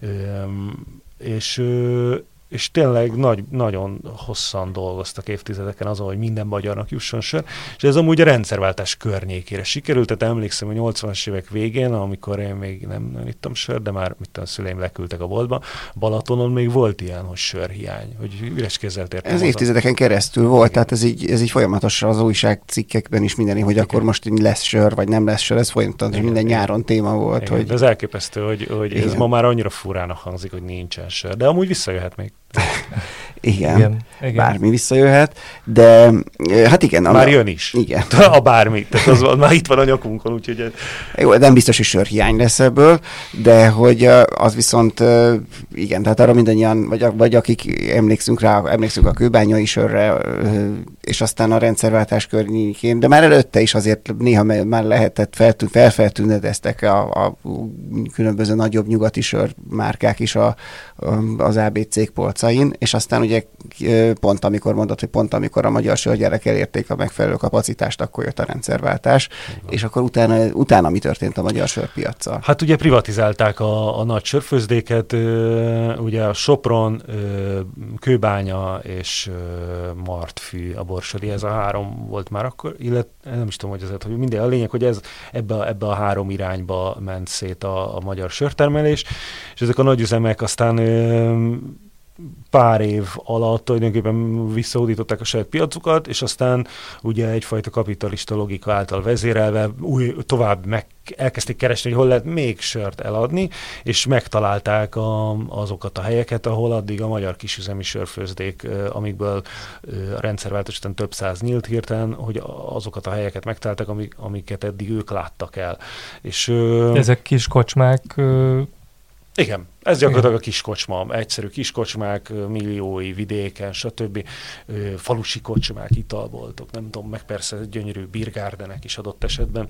És és tényleg nagy, nagyon hosszan dolgoztak évtizedeken azon, hogy minden magyarnak jusson sör, és ez amúgy a rendszerváltás környékére sikerült, tehát emlékszem, hogy nyolcvanas évek végén, amikor én még nem, nem ittam sör, de már mit tudom, szüleim leküldtek a boltba, Balatonon még volt ilyen, hogy sörhiány, hogy üres kézzel tértem. Ez évtizedeken keresztül volt, igen. Tehát ez így, ez így folyamatosan az újságcikkekben is minden, hogy igen. Akkor most lesz sör, vagy nem lesz sör, ez folyamatosan minden nyáron téma volt. Igen, hogy... De ez elképesztő, hogy, hogy ez ma már annyira furának hangzik, hogy nincsen sör, de amúgy visszajöhet még. Igen, igen, igen, bármi visszajöhet, de hát igen. Már a, jön is. Igen. A bármi, tehát az van, már itt van a nyakunkon, úgyhogy... Jó, nem biztos, hogy sörhiány lesz ebből, de hogy az viszont, igen, tehát arra mindannyian, vagy, vagy akik emlékszünk rá, emlékszünk a kőbányai sörre, és aztán a rendszerváltás környékén, de már előtte is azért néha már lehetett, feltűn, felfeltűnedeztek a, a különböző nagyobb nyugati sörmárkák is a, az á bé cég polcain, és aztán ugye pont amikor mondod, hogy pont amikor a magyar sörgyárak elérték a megfelelő kapacitást, akkor jött a rendszerváltás, uh-huh. És akkor utána, utána mi történt a magyar sörpiaccal? Hát ugye privatizálták a, a nagy sörfőzdéket, ugye a Sopron, Kőbánya és Martfű a borsodi, ez a három volt már akkor, illetve nem is tudom, hogy ez, hogy minden, a lényeg, hogy ez ebbe a, ebbe a három irányba ment szét a, a magyar sörtermelés, és ezek a nagyüzemek aztán pár év alatt tulajdonképpen visszahódították a saját piacukat, és aztán ugye egyfajta kapitalista logika által vezérelve új, tovább meg elkezdték keresni, hogy hol lehet még sört eladni, és megtalálták a, azokat a helyeket, ahol addig a magyar kisüzemi sörfőzdék, amikből a rendszerváltás után több száz nyílt hirtelen, hogy azokat a helyeket megtalálták, amik, amiket eddig ők láttak el. És, ezek kis kocsmák... Igen, ez gyakorlatilag a kiskocsma, egyszerű kiskocsmák, milliói vidéken, stb. Falusi kocsmák, italboltok, nem tudom, meg persze gyönyörű birgárdenek is adott esetben.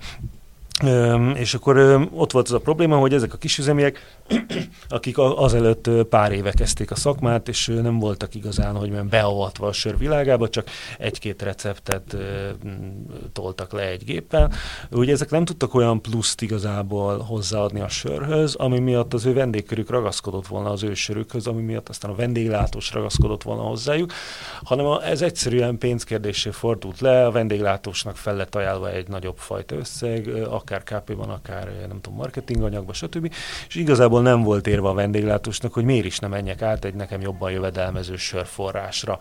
Üm, és akkor üm, ott volt az a probléma, hogy ezek a kisüzemiek, akik azelőtt pár éve kezdték a szakmát, és nem voltak igazán, hogy mert beavatva a sör világába, csak egy-két receptet üm, toltak le egy géppel. Ugye ezek nem tudtak olyan pluszt igazából hozzáadni a sörhöz, ami miatt az ő vendégkörük ragaszkodott volna az ő sörükhöz, ami miatt aztán a vendéglátós ragaszkodott volna hozzájuk, hanem a, ez egyszerűen pénzkérdésé fordult le, a vendéglátósnak fel lett ajánlva egy nagyobb fajta összeg, akár ká pé-ban, akár nem tudom, marketinganyagban, stb. És igazából nem volt érve a vendéglátósnak, hogy miért is nem menjek át egy nekem jobban jövedelmező sörforrásra.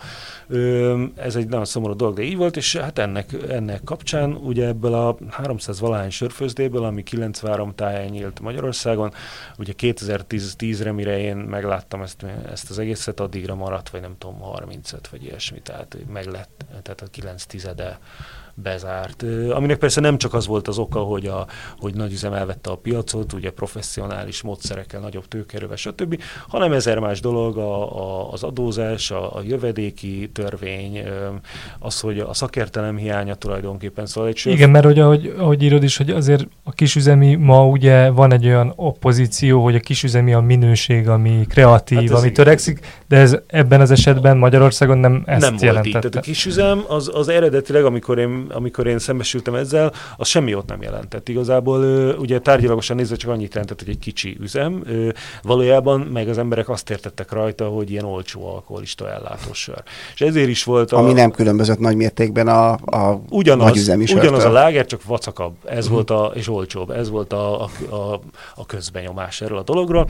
Ez egy nagyon szomorú dolog, de így volt, és hát ennek, ennek kapcsán ugye ebből a háromszáz valahány sörfőzdéből, ami kilencvenhárom táján nyílt Magyarországon, ugye kétezer-tízre, mire én megláttam ezt, ezt az egészet, addigra maradt, vagy nem tudom, harmincöt vagy ilyesmi, tehát meg lett, tehát a kilenc tizede bezárt. Aminek persze nem csak az volt az oka, hogy, a, hogy nagyüzem elvette a piacot, ugye professzionális módszerekkel, nagyobb tőkerővel, stb., hanem ezer más dolog, a, a, az adózás, a, a jövedéki törvény, az, hogy a szakértelem hiánya tulajdonképpen. Szóval egy igen, mert hogy ahogy, ahogy írod is, hogy azért a kisüzemi ma ugye van egy olyan oppozíció, hogy a kisüzemi a minőség, ami kreatív, hát ami törekszik, de ez ebben az esetben Magyarországon nem ezt nem jelentette. Volt így. Tehát a kisüzem az, az eredetileg, amikor én amikor én szembesültem ezzel, az semmi jót nem jelentett. Igazából ugye tárgyilagosan nézve csak annyit jelentett, hogy egy kicsi üzem. Valójában meg az emberek azt értettek rajta, hogy ilyen olcsó alkoholista ellátós sör. És ezért is volt a... Ami nem különbözött nagy mértékben a, a ugyanaz, nagyüzemi sörtől. Ugyanaz a láger, csak vacakabb. Ez uh-huh. volt a, és olcsóbb. Ez volt a, a, a, a közbenyomás erről a dologról.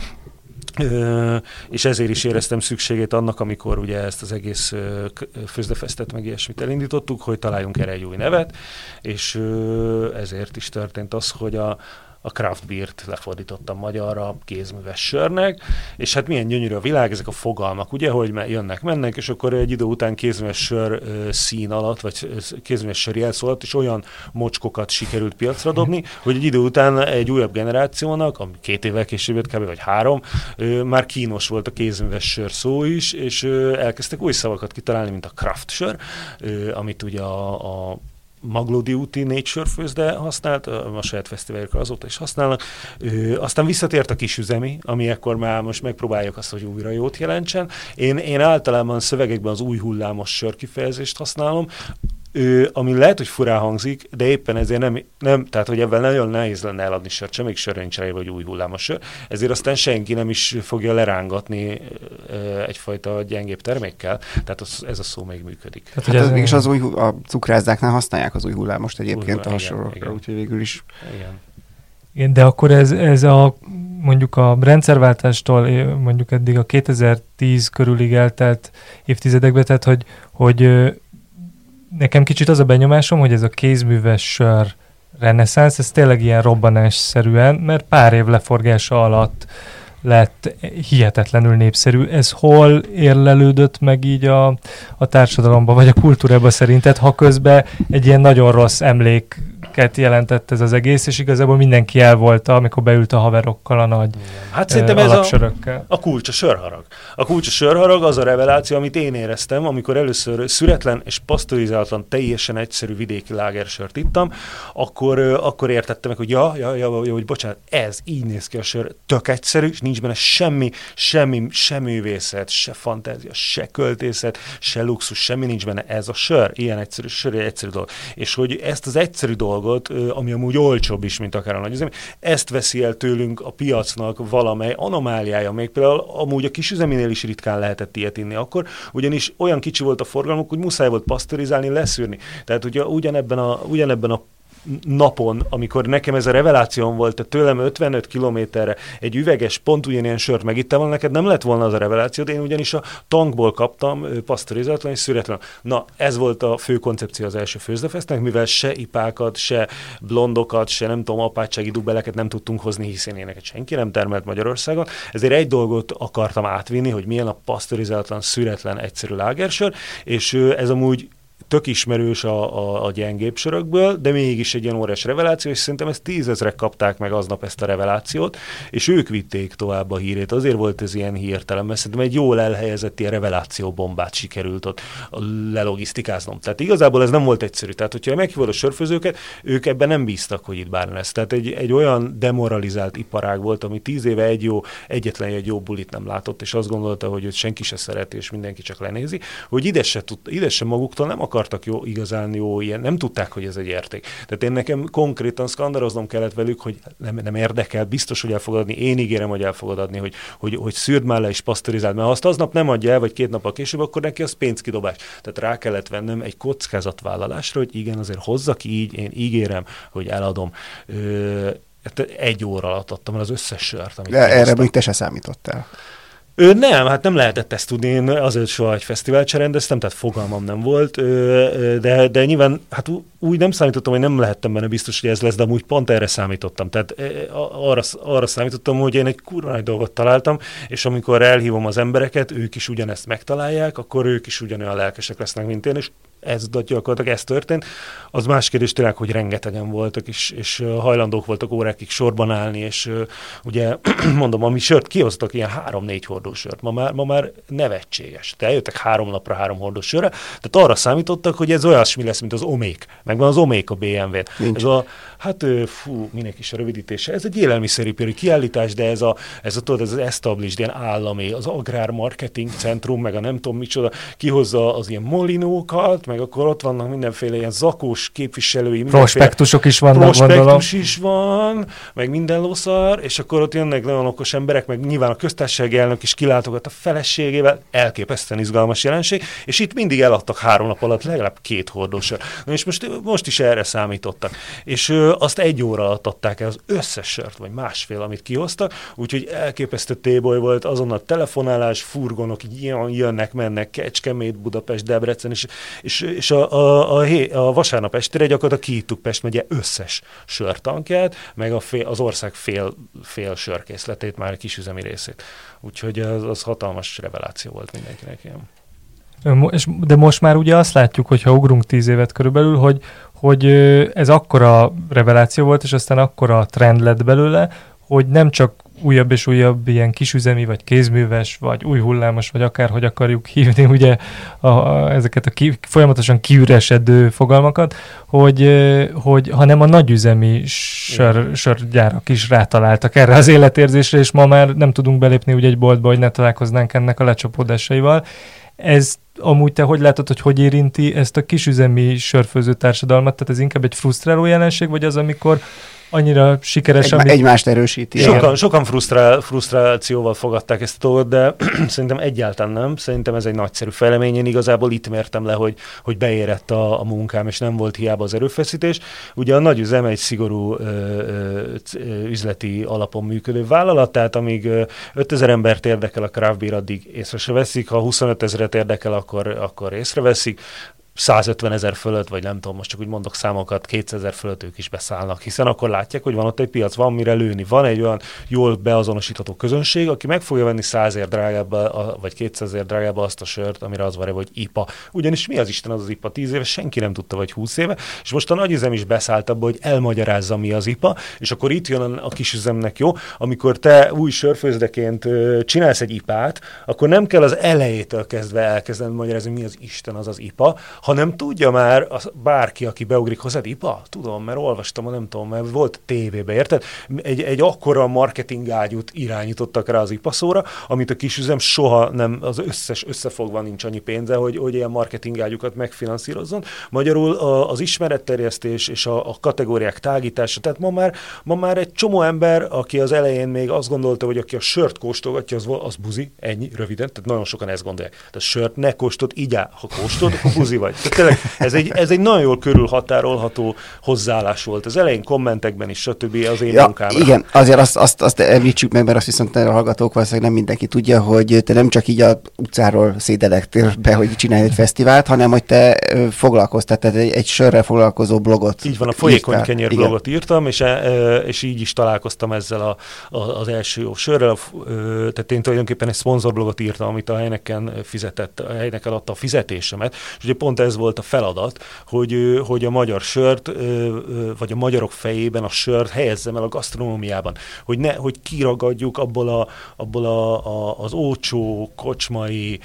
Ö, és ezért is éreztem szükségét annak, amikor ugye ezt az egész főzdefesztet meg ilyesmit elindítottuk, hogy találjunk erre egy új nevet, és ö, ezért is történt az, hogy a a craft beert lefordítottam magyarra kézműves sörnek, és hát milyen gyönyörű a világ, ezek a fogalmak, ugye, hogy jönnek, mennek, és akkor egy idő után kézműves sör uh, szín alatt, vagy kézműves sör jelszó alatt, és olyan mocskokat sikerült piacra dobni, hogy egy idő után egy újabb generációnak, ami két évvel később jött kb. Vagy három, uh, már kínos volt a kézműves sör szó is, és uh, elkezdtek új szavakat kitalálni, mint a craft sör, uh, amit ugye a, a Maglódi úti négy sörfőzde használt, a saját fesztiváljukra azóta is használnak. Ö, aztán visszatért a kisüzemi, ami ekkor már most megpróbáljuk azt, hogy újra jót jelentsen. Én, én általában szövegekben az új hullámos sör kifejezést használom, Ö, ami lehet, hogy furán hangzik, de éppen ezért nem, nem tehát hogy ebben nagyon nehéz lenne eladni sört, semmik sörre nincs rá, vagy új hullámos sör, ezért aztán senki nem is fogja lerángatni ö, egyfajta gyengébb termékkel, tehát az, ez a szó még működik. Hát, hát az, mégis az új, a cukrászdáknál használják az új hullámost egyébként új, a hasonlókra, úgyhogy végül is. Igen. Igen, de akkor ez, ez a mondjuk a rendszerváltástól mondjuk eddig a kétezer-tíz körülig eltelt évtizedekben, tehát hogy, hogy nekem kicsit az a benyomásom, hogy ez a kézműves sör reneszánsz, ez tényleg ilyen robbanásszerűen, mert pár év leforgása alatt lett hihetetlenül népszerű. Ez hol érlelődött meg így a, a társadalomba, vagy a kultúrába szerinted, ha közben egy ilyen nagyon rossz emléket jelentett ez az egész, és igazából mindenki el volt, amikor beült a haverokkal a nagy hát szerintem ez a, a kulcs a sörharag. A kulcs a sörharag az a reveláció, amit én éreztem, amikor először szüretlen és pasztorizálatlan, teljesen egyszerű vidéki lágersört ittam, akkor, akkor értettem meg, hogy ja, ja, ja, ja, hogy bocsánat, ez így néz ki a sör, tök egyszerű, és nincs benne semmi, semmi, se művészet, se fantázia, se költészet, se luxus, semmi nincs benne. Ez a sör, ilyen egyszerű sör, egy egyszerű dolog. És hogy ezt az egyszerű dolgot, ami amúgy olcsóbb is, mint akár a nagyüzemi, ezt veszi el tőlünk a piacnak valamely anomáliája. Még például amúgy a kisüzeminél is ritkán lehetett ilyet inni akkor, ugyanis olyan kicsi volt a forgalmuk, hogy muszáj volt pasztorizálni, leszűrni. Tehát ugye ugyanebben a, ugyanebben a napon, amikor nekem ez a revelációm volt, tehát tőlem ötvenöt kilométerre egy üveges, pont ugyanilyen sört megittem volna, neked nem lett volna az a reveláció, de én ugyanis a tankból kaptam pasztorizálatlan és szüretlen. Na, ez volt a fő koncepció az első főzdefesznek, mivel se ipákat, se blondokat, se nem tudom, apátsági dubeleket nem tudtunk hozni, hiszen éneket senki nem termelt Magyarországon. Ezért egy dolgot akartam átvinni, hogy milyen a pasztorizálatlan, szüretlen, egyszerű lágersör, és ez amúgy tök ismerős a, a, a gyengébb sörökből, de mégis egy ilyen óriás reveláció, és szerintem ezt tízezrek kapták meg aznap ezt a revelációt, és ők vitték tovább a hírét. Azért volt ez ilyen hirtelen, mert szerintem egy jól elhelyezett ilyen revelációbombát sikerült ott lelogisztikáznom. Tehát igazából ez nem volt egyszerű. Tehát, hogyha meghívod a sörfőzőket, ők ebben nem bíztak, hogy itt bármi lesz. Tehát egy, egy olyan demoralizált iparág volt, ami tíz éve egy jó, egyetlen egy jó bulit nem látott, és azt gondolta, hogy őt senki se szereti, és mindenki csak lenézi, hogy ide se, tud, ide se maguktól nem akartak jó, igazán jó ilyen, nem tudták, hogy ez egy érték. Tehát én nekem konkrétan szkandaloznom kellett velük, hogy nem, nem érdekel, biztos, hogy el fogod adni, én ígérem, hogy el fogod adni, hogy, hogy, hogy szűrd már le és pasztorizáld, mert ha azt aznap nem adja el, vagy két nappal később, akkor neki az pénzkidobás. Tehát rá kellett vennem egy kockázatvállalásra, hogy igen, azért hozza ki így, én ígérem, hogy eladom. Ö, egy óra alatt adtam el az összes sört, amit de erre még te se számítottál. Ő nem, hát nem lehetett ezt tudni, én azért soha egy fesztivált se rendeztem, tehát fogalmam nem volt, de, de nyilván hát úgy nem számítottam, hogy nem lehettem benne biztos, hogy ez lesz, de amúgy pont erre számítottam. Tehát arra, arra számítottam, hogy én egy kurva nagy dolgot találtam, és amikor elhívom az embereket, ők is ugyanezt megtalálják, akkor ők is ugyanolyan lelkesek lesznek, mint én, és ez gyakorlatilag ez történt. Az más kérdés tényleg, hogy rengetegen voltak, és, és hajlandók voltak órákig sorban állni, és uh, ugye mondom, ami sört kihoztak, ilyen három-négy hordós sört. Ma már, ma már nevetséges. De eljöttek három napra három hordós sörre, tehát arra számítottak, hogy ez olyasmi lesz, mint az Omék. Megvan az Omék a bé em vén. Ez a, hát fú, minek is a rövidítése. Ez egy élelmiszeripari kiállítás, de ez a, ez a tudod, ez az established, ilyen állami, az agrár marketing centrum, meg a nem tudom micsoda, kihozza az ilyen molinókat, meg akkor ott vannak mindenféle ilyen zakós képviselői. Prospektusok is vannak, prospektus gondolom. is van, meg minden lószar, és akkor ott jönnek nagyon okos emberek, meg nyilván a köztársasági elnök is kilátogat a feleségével, elképesztően izgalmas jelenség, és itt mindig eladtak három nap alatt legalább két hordósor. Na és most, most is erre számítottak. És ö, azt egy óra alatt adták el az összes sört, vagy másfél, amit kihoztak, úgyhogy elképesztő téboly volt, azonnal telefonálás, furgonok jönnek, mennek, Kecskemét, Budapest, Debrecen, és, és és a, a, a, a vasárnap estére gyakorlatilag kiittuk Pest megye összes sörtankját, meg a fél, az ország fél, fél sörkészletét, már a kisüzemi részét. Úgyhogy az, az hatalmas reveláció volt mindenkinek ilyen. De most már ugye azt látjuk, hogyha ugrunk tíz évet körülbelül, hogy, hogy ez akkora reveláció volt, és aztán akkora trend lett belőle, hogy nem csak újabb és újabb ilyen kisüzemi, vagy kézműves, vagy új hullámos, vagy akárhogy akarjuk hívni ugye a, a, ezeket a ki, folyamatosan kiüresedő fogalmakat, hogy, hogy hanem a nagyüzemi sör, sörgyárak is rátaláltak erre az életérzésre, és ma már nem tudunk belépni ugye egy boltba, hogy ne találkoznánk ennek a lecsapódásaival. Ez amúgy te hogy látod, hogy hogy érinti ezt a kisüzemi sörfőző társadalmat? Tehát ez inkább egy frusztráló jelenség, vagy az, amikor annyira sikeres, egy, amit... Egymást erősíti. Sokan, sokan frusztrál, frusztrációval fogadták ezt a dolgot, de szerintem egyáltalán nem. Szerintem ez egy nagyszerű fejlemény. Én igazából itt mértem le, hogy, hogy beérett a, a munkám, és nem volt hiába az erőfeszítés. Ugye a nagyüzem egy szigorú ö, ö, üzleti alapon működő vállalat, tehát amíg ötezer embert érdekel a craft beer, addig észre se veszik. Ha huszonöt ezret érdekel, akkor, akkor észreveszik. százötven ezer fölött, vagy nem tudom, most csak úgy mondok számokat, kétszázezer fölött ők is beszállnak, hiszen akkor látják, hogy van ott egy piac, van mire lőni, van egy olyan jól beazonosítható közönség, aki meg fogja venni százért drágába, vagy kétszázért drágába azt a sört, amire az van, hogy i pé á. Ugyanis mi az Isten az az i pé á? Tíz éve senki nem tudta, vagy húsz éve, és most a nagyüzem is beszállt abba, hogy elmagyarázza, mi az i pé á, és akkor itt jön a kisüzemnek jó, amikor te új sörfőzdeként csinálsz egy i pé á-t, akkor nem kell az elejétől kezdve elkezdened magyarázni, mi az Isten az az i pé á, hanem tudja már az, bárki, aki beugrik hozzád, i pé á? Tudom, mert olvastam, nem tudom, mert volt tévébe, érted? Egy, egy akkora marketing ágyút irányítottak rá az i pé á szóra, amit a kisüzem soha nem, az összes összefogva nincs annyi pénze, hogy, hogy ilyen marketing ágyukat megfinanszírozzon. Magyarul a, az ismeretterjesztés és a, a kategóriák tágítása, tehát ma már, ma már egy csomó ember, aki az elején még azt gondolta, hogy aki a sört kóstolgatja, az, az buzi, ennyi, röviden, tehát nagyon sokan ezt gondolják. Tehát sört ne kóstold, így áll. Ha kóstolod, akkor buzi vagy. Tehát tényleg ez egy, ez egy nagyon jól körülhatárolható hozzáállás volt. Az elején kommentekben is, stb. Az én ja, munkámra. Igen, azért azt, azt, azt említsük meg, mert azt viszont a hallgatók valószínűleg nem mindenki tudja, hogy te nem csak így a utcáról szédelektél be, hogy csinálj egy fesztivált, hanem hogy te foglalkoztál, tehát egy, egy sörrel foglalkozó blogot. Így van, a Folyékony Kenyér blogot írtam, és, és így is találkoztam ezzel a, a, az első jó sörrel. Tehát én tulajdonképpen egy szponzorblogot írtam, amit a Heineken fizetett, a Heineken adta a fizetésemet, és ugye pont ez volt a feladat, hogy, hogy a magyar sört, vagy a magyarok fejében a sört helyezzem el a gasztronómiában, hogy, ne, hogy kiragadjuk abból, a, abból a, a, az olcsó, kocsmai,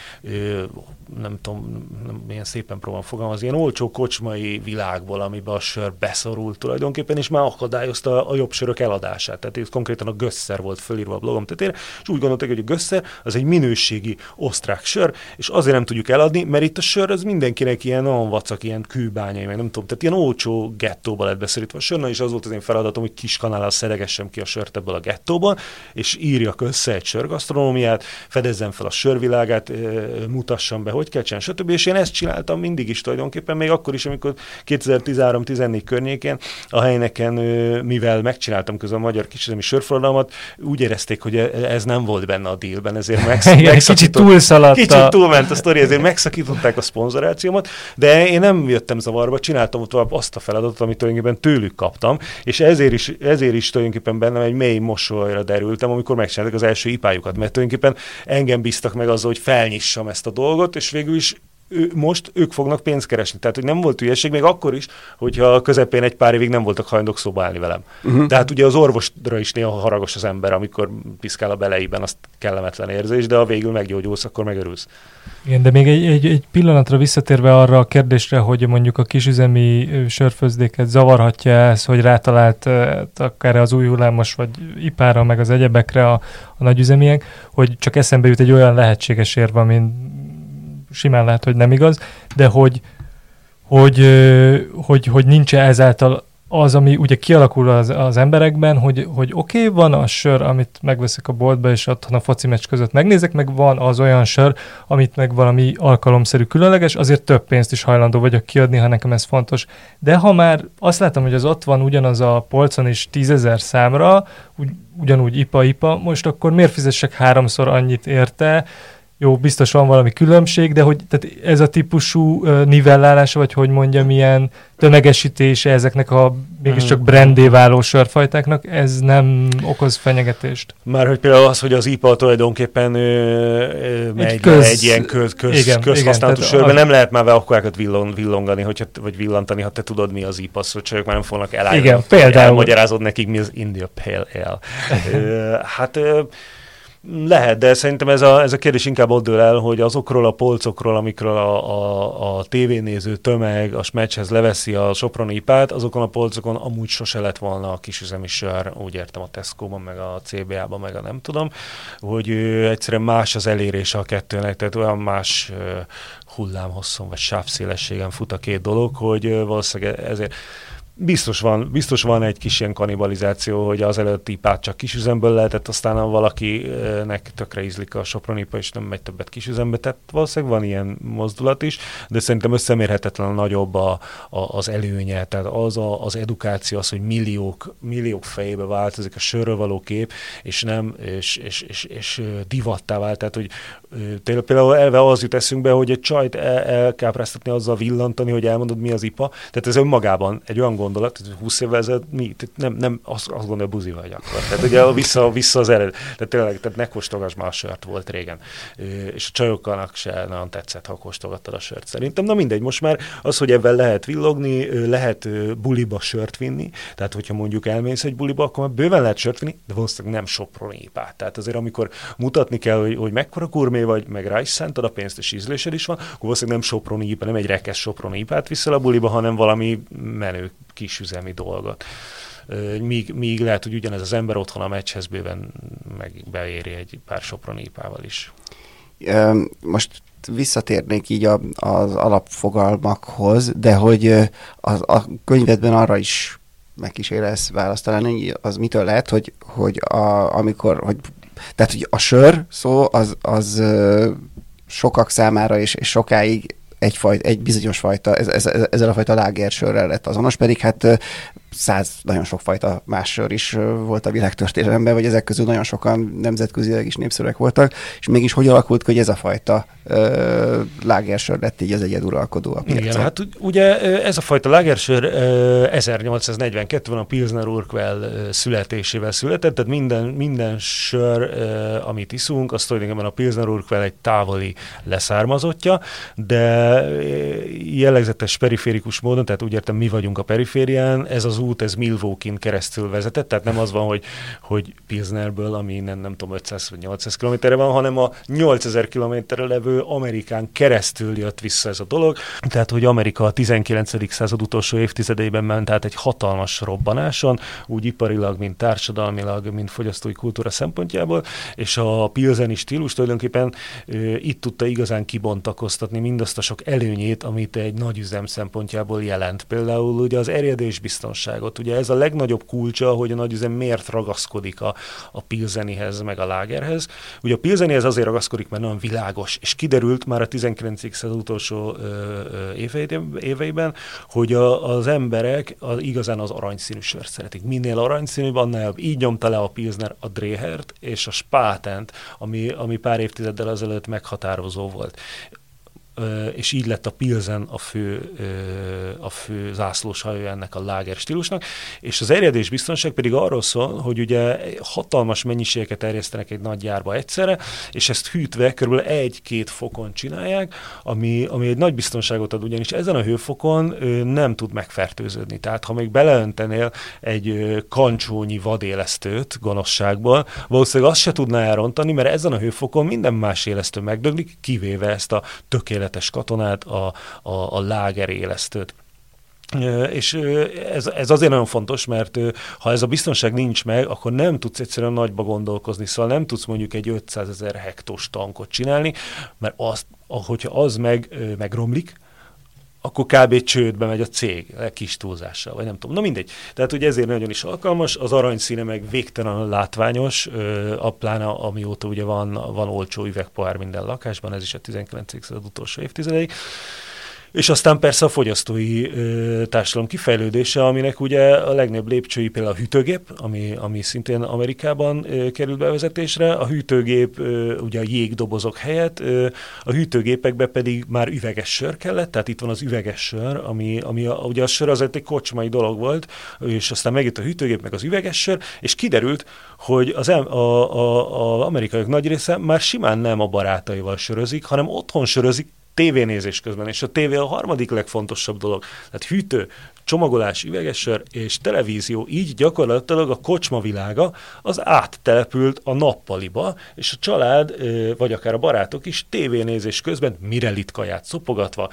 nem tudom, nem, milyen szépen próbálom fogalmazni, ilyen olcsó kocsmai világból, amiben a sör beszorult tulajdonképpen, és már akadályozta a jobb sörök eladását. Tehát ez konkrétan a Gösszer volt fölírva a blogom tetére, és úgy gondolták, hogy a Gösszer az egy minőségi osztrák sör, és azért nem tudjuk eladni, mert itt a sör az mindenkinek ilyen olyan vacak, ilyen kőbányai, meg nem tudom, tehát ilyen olcsó gettóba lett beszorítva a sör, és az volt az én feladatom, hogy kis kanállal szedegessem ki a sört ebből a gettóból, és írjak össze egy sörgasztronómiát, fedezzem fel a sörvilágát, mutassam be, hogy kell csinálni, stb. És én ezt csináltam mindig is tulajdonképpen, még akkor is, amikor kétezer-tizenhárom tizennégy környékén a Heineken, mivel megcsináltam közben a magyar kisüzemi sörforradalmat, úgy érezték, hogy ez nem volt benne a dealben, ezért megszakították. Kicsit túlszaladt. Kicsit túlment a sztori, ezért megszakították a szponzorációmat, de én nem jöttem zavarba, csináltam tovább azt a feladatot, amit tulajdonképpen tőlük kaptam, és ezért is, ezért is tulajdonképpen bennem egy mély mosolyra derültem, amikor megcsináltak az első ipájukat, mert tulajdonképpen engem bíztak meg azzal, hogy felnyissam ezt a dolgot, és végül is ő, most ők fognak pénzt keresni. Tehát, hogy nem volt ügyesség, még akkor is, hogyha a közepén egy pár évig nem voltak hajlandók szóba állni velem. Uh-huh. Tehát ugye az orvosra is néha haragos az ember, amikor piszkál a beleiben, azt kellemetlen érzés, de ha végül meggyógyulsz, akkor megörülsz. Igen, de még egy, egy, egy pillanatra visszatérve arra a kérdésre, hogy mondjuk a kisüzemi sörfőzdéket zavarhatja ez, hogy rátalált akár az új hullámos, vagy ipára, meg az egyebekre a, a nagyüzemiek, hogy csak eszembe jut egy olyan lehetséges érv, amin simán lehet, hogy nem igaz, de hogy, hogy, hogy, hogy nincs ezáltal az, ami ugye kialakul az, az emberekben, hogy, hogy oké, okay, van a sör, amit megveszek a boltba, és otthon a foci meccs között megnézek, meg van az olyan sör, amit meg valami alkalomszerű különleges, azért több pénzt is hajlandó vagyok kiadni, ha nekem ez fontos. De ha már azt látom, hogy az ott van ugyanaz a polcon is tízezer számra, ugy, ugyanúgy ipa-ipa, most akkor miért fizessek háromszor annyit érte, jó, biztos van valami különbség, de hogy tehát ez a típusú uh, nivellálása, vagy hogy mondjam, ilyen tömegesítése ezeknek a mégiscsak brandé váló sörfajtáknak, ez nem okoz fenyegetést. Már hogy például az, hogy az í pé á tulajdonképpen ö, ö, megy egy, köz, egy ilyen köz, köz, igen, közhasználatú igen, sörben, az... nem lehet már akkorákat villon, villongani, hogyha, vagy villantani, ha te tudod, mi az í pé á, szóval csajok már nem fognak elállni. Igen, például. Elmagyarázod nekik, mi az India Pale Ale. ö, hát... Ö, lehet, de szerintem ez a, ez a kérdés inkább ott dől el, hogy azokról a polcokról, amikről a, a, a tévénéző tömeg a meccshez leveszi a Soproni ipát, azokon a polcokon amúgy sose lett volna a kisüzemi sör, úgy értem a Tesco-ban, meg a cé bé á-ban, meg a nem tudom, hogy ö, egyszerűen más az elérése a kettőnek, tehát olyan más ö, hullámhosszon vagy sávszélességen fut a két dolog, hogy ö, valószínűleg ezért Biztos van, biztos van egy kis ilyen kannibalizáció, hogy az előtti ipát csak kisüzemből lehetett, aztán ha valakinek tökre ízlik a Soproni ipa, és nem megy többet kisüzembe, tehát valószínűleg van ilyen mozdulat is, de szerintem összemérhetetlen nagyobb a, a, az előnye, tehát az a, az edukáció, az, hogy milliók, milliók fejébe változik a sörről való kép, és nem, és, és, és, és divattá vált, tehát hogy tényleg például elve az jut eszünkbe, hogy egy csajt el, elkápráztatni, azzal villantani, hogy elmondod, mi az ipa, tehát ez önmagában egy olyan gondolat, hogy húsz évvel ezelőtt mi, nem, nem azt, azt gondolja, hogy buzi vagy akkor. Tehát ugye vissza, vissza az eredet. Tehát tényleg, tehát ne kóstolgass, már a sört volt régen. És a csajoknak se nagyon tetszett, ha kóstolgattad a sört szerintem. Na mindegy, most már az, hogy ebben lehet villogni, lehet buliba sört vinni, tehát hogyha mondjuk elmész egy buliba, akkor már bőven lehet sört vinni, de valószínűleg nem Soproni ipát. Tehát azért amikor mutatni kell, hogy, hogy mekkora gurmé vagy, meg rá is szánted a pénzt, és ízlésed is van, akkor valószínűleg nem Soproni ipa, nem egy rekesz Soproni ipát viszel a buliba, hanem valami menő kisüzemi dolgot. Míg, míg lehet, hogy ugyanez az ember otthon a meccshez bőven meg beéri egy pár Soproni ipával is. Most visszatérnék így a, az alapfogalmakhoz, de hogy az, a könyvedben arra is megkísérelsz választ találni, az mitől lehet, hogy, hogy a, amikor, hogy, tehát hogy a sör szó az, az sokak számára és, és sokáig egy, fajta, egy bizonyos fajta, ez, ez, ezzel a fajta lágersörrel lett azonos, pedig hát száz nagyon sok fajta más sör is volt a világtörténelemben, vagy ezek közül nagyon sokan nemzetközileg is népszerűek voltak, és mégis hogy alakult ki, hogy ez a fajta uh, lágersör lett így az egyeduralkodó a piacon? Igen, hát ugye ez a fajta lágersör uh, ezernyolcszáznegyvenkettőben a Pilsner Urquell születésével született, tehát minden, minden sör, uh, amit iszunk, az tulajdonképpen a Pilsner Urquell egy távoli leszármazottja, de jellegzetes periférikus módon, tehát úgy értem, mi vagyunk a periférián, ez az út, ez Milwaukee-n keresztül vezetett, tehát nem az van, hogy, hogy Pilsnerből, ami innen nem tudom, ötszáz vagy nyolcszáz kilométerre van, hanem a nyolcezer kilométerre levő Amerikán keresztül jött vissza ez a dolog. Tehát, hogy Amerika a tizenkilencedik század utolsó évtizedeiben ment át egy hatalmas robbanáson, úgy iparilag, mint társadalmilag, mint fogyasztói kultúra szempontjából, és a pilseni stílus tulajdonképpen e, itt tudta igazán kibontakoztatni mindazt a sok előnyét, amit egy nagy üzem szempontjából jelent. Például ugye az erjedésbiztonságot. Ugye ez a legnagyobb kulcsa, hogy a nagyüzem miért ragaszkodik a, a pilsenihez, meg a lágerhez. Ugye a pilsenihez azért ragaszkodik, mert nagyon világos, és kiderült már a tizenkilencedik század utolsó ö, ö, éveiben, hogy a, az emberek az, igazán az aranyszínű sört szeretik. Minél aranyszínűbb, annál jobb. Így nyomta le a Pilsner a Drehert és a Spatent, ami, ami pár évtizeddel ezelőtt meghatározó volt. És így lett a Pilsen a fő, a fő zászlóshajója ennek a láger stílusnak, és az erjedés biztonság pedig arról szól, hogy ugye hatalmas mennyiségeket erjesztenek egy nagy gyárba egyszerre, és ezt hűtve körülbelül egy-két fokon csinálják, ami, ami egy nagy biztonságot ad, ugyanis ezen a hőfokon nem tud megfertőződni. Tehát ha még beleöntenél egy kancsónyi vadélesztőt gonoszságból, valószínűleg azt se tudná elrontani, mert ezen a hőfokon minden más élesztő megdöglik, kivéve ezt a tökéletes katonát, a, a, a láger élesztőt. És ez, ez azért nagyon fontos, mert ha ez a biztonság nincs meg, akkor nem tudsz egyszerűen nagyba gondolkozni, szóval nem tudsz mondjuk egy ötszázezer hektós tankot csinálni, mert azt, hogyha az meg, megromlik, akkor kb. Csődbe megy a cég, kis túlzással, vagy nem tudom. Na mindegy. Tehát ugye ezért nagyon is alkalmas, az aranyszíne meg végtelenül látványos, a pláne amióta ugye van, van olcsó üvegpohár minden lakásban, ez is a tizenkilencedik század utolsó évtizedeig. És aztán persze a fogyasztói ö, társadalom kifejlődése, aminek ugye a legnagyobb lépcsői például a hűtőgép, ami, ami szintén Amerikában ö, került bevezetésre. A hűtőgép ö, ugye a jégdobozok helyett, ö, a hűtőgépekbe pedig már üveges sör kellett, tehát itt van az üveges sör, ami, ami a, ugye a sör azért egy kocsmai dolog volt, és aztán megjött a hűtőgép meg az üveges sör, és kiderült, hogy az a, a, a amerikaiak nagy része már simán nem a barátaival sörözik, hanem otthon sörözik, tévénézés közben, és a tévé a harmadik legfontosabb dolog. Tehát hűtő, csomagolás, üvegessör és televízió, így gyakorlatilag a kocsma világa az áttelepült a nappaliba, és a család, vagy akár a barátok is tévénézés közben Mirelit kaját szopogatva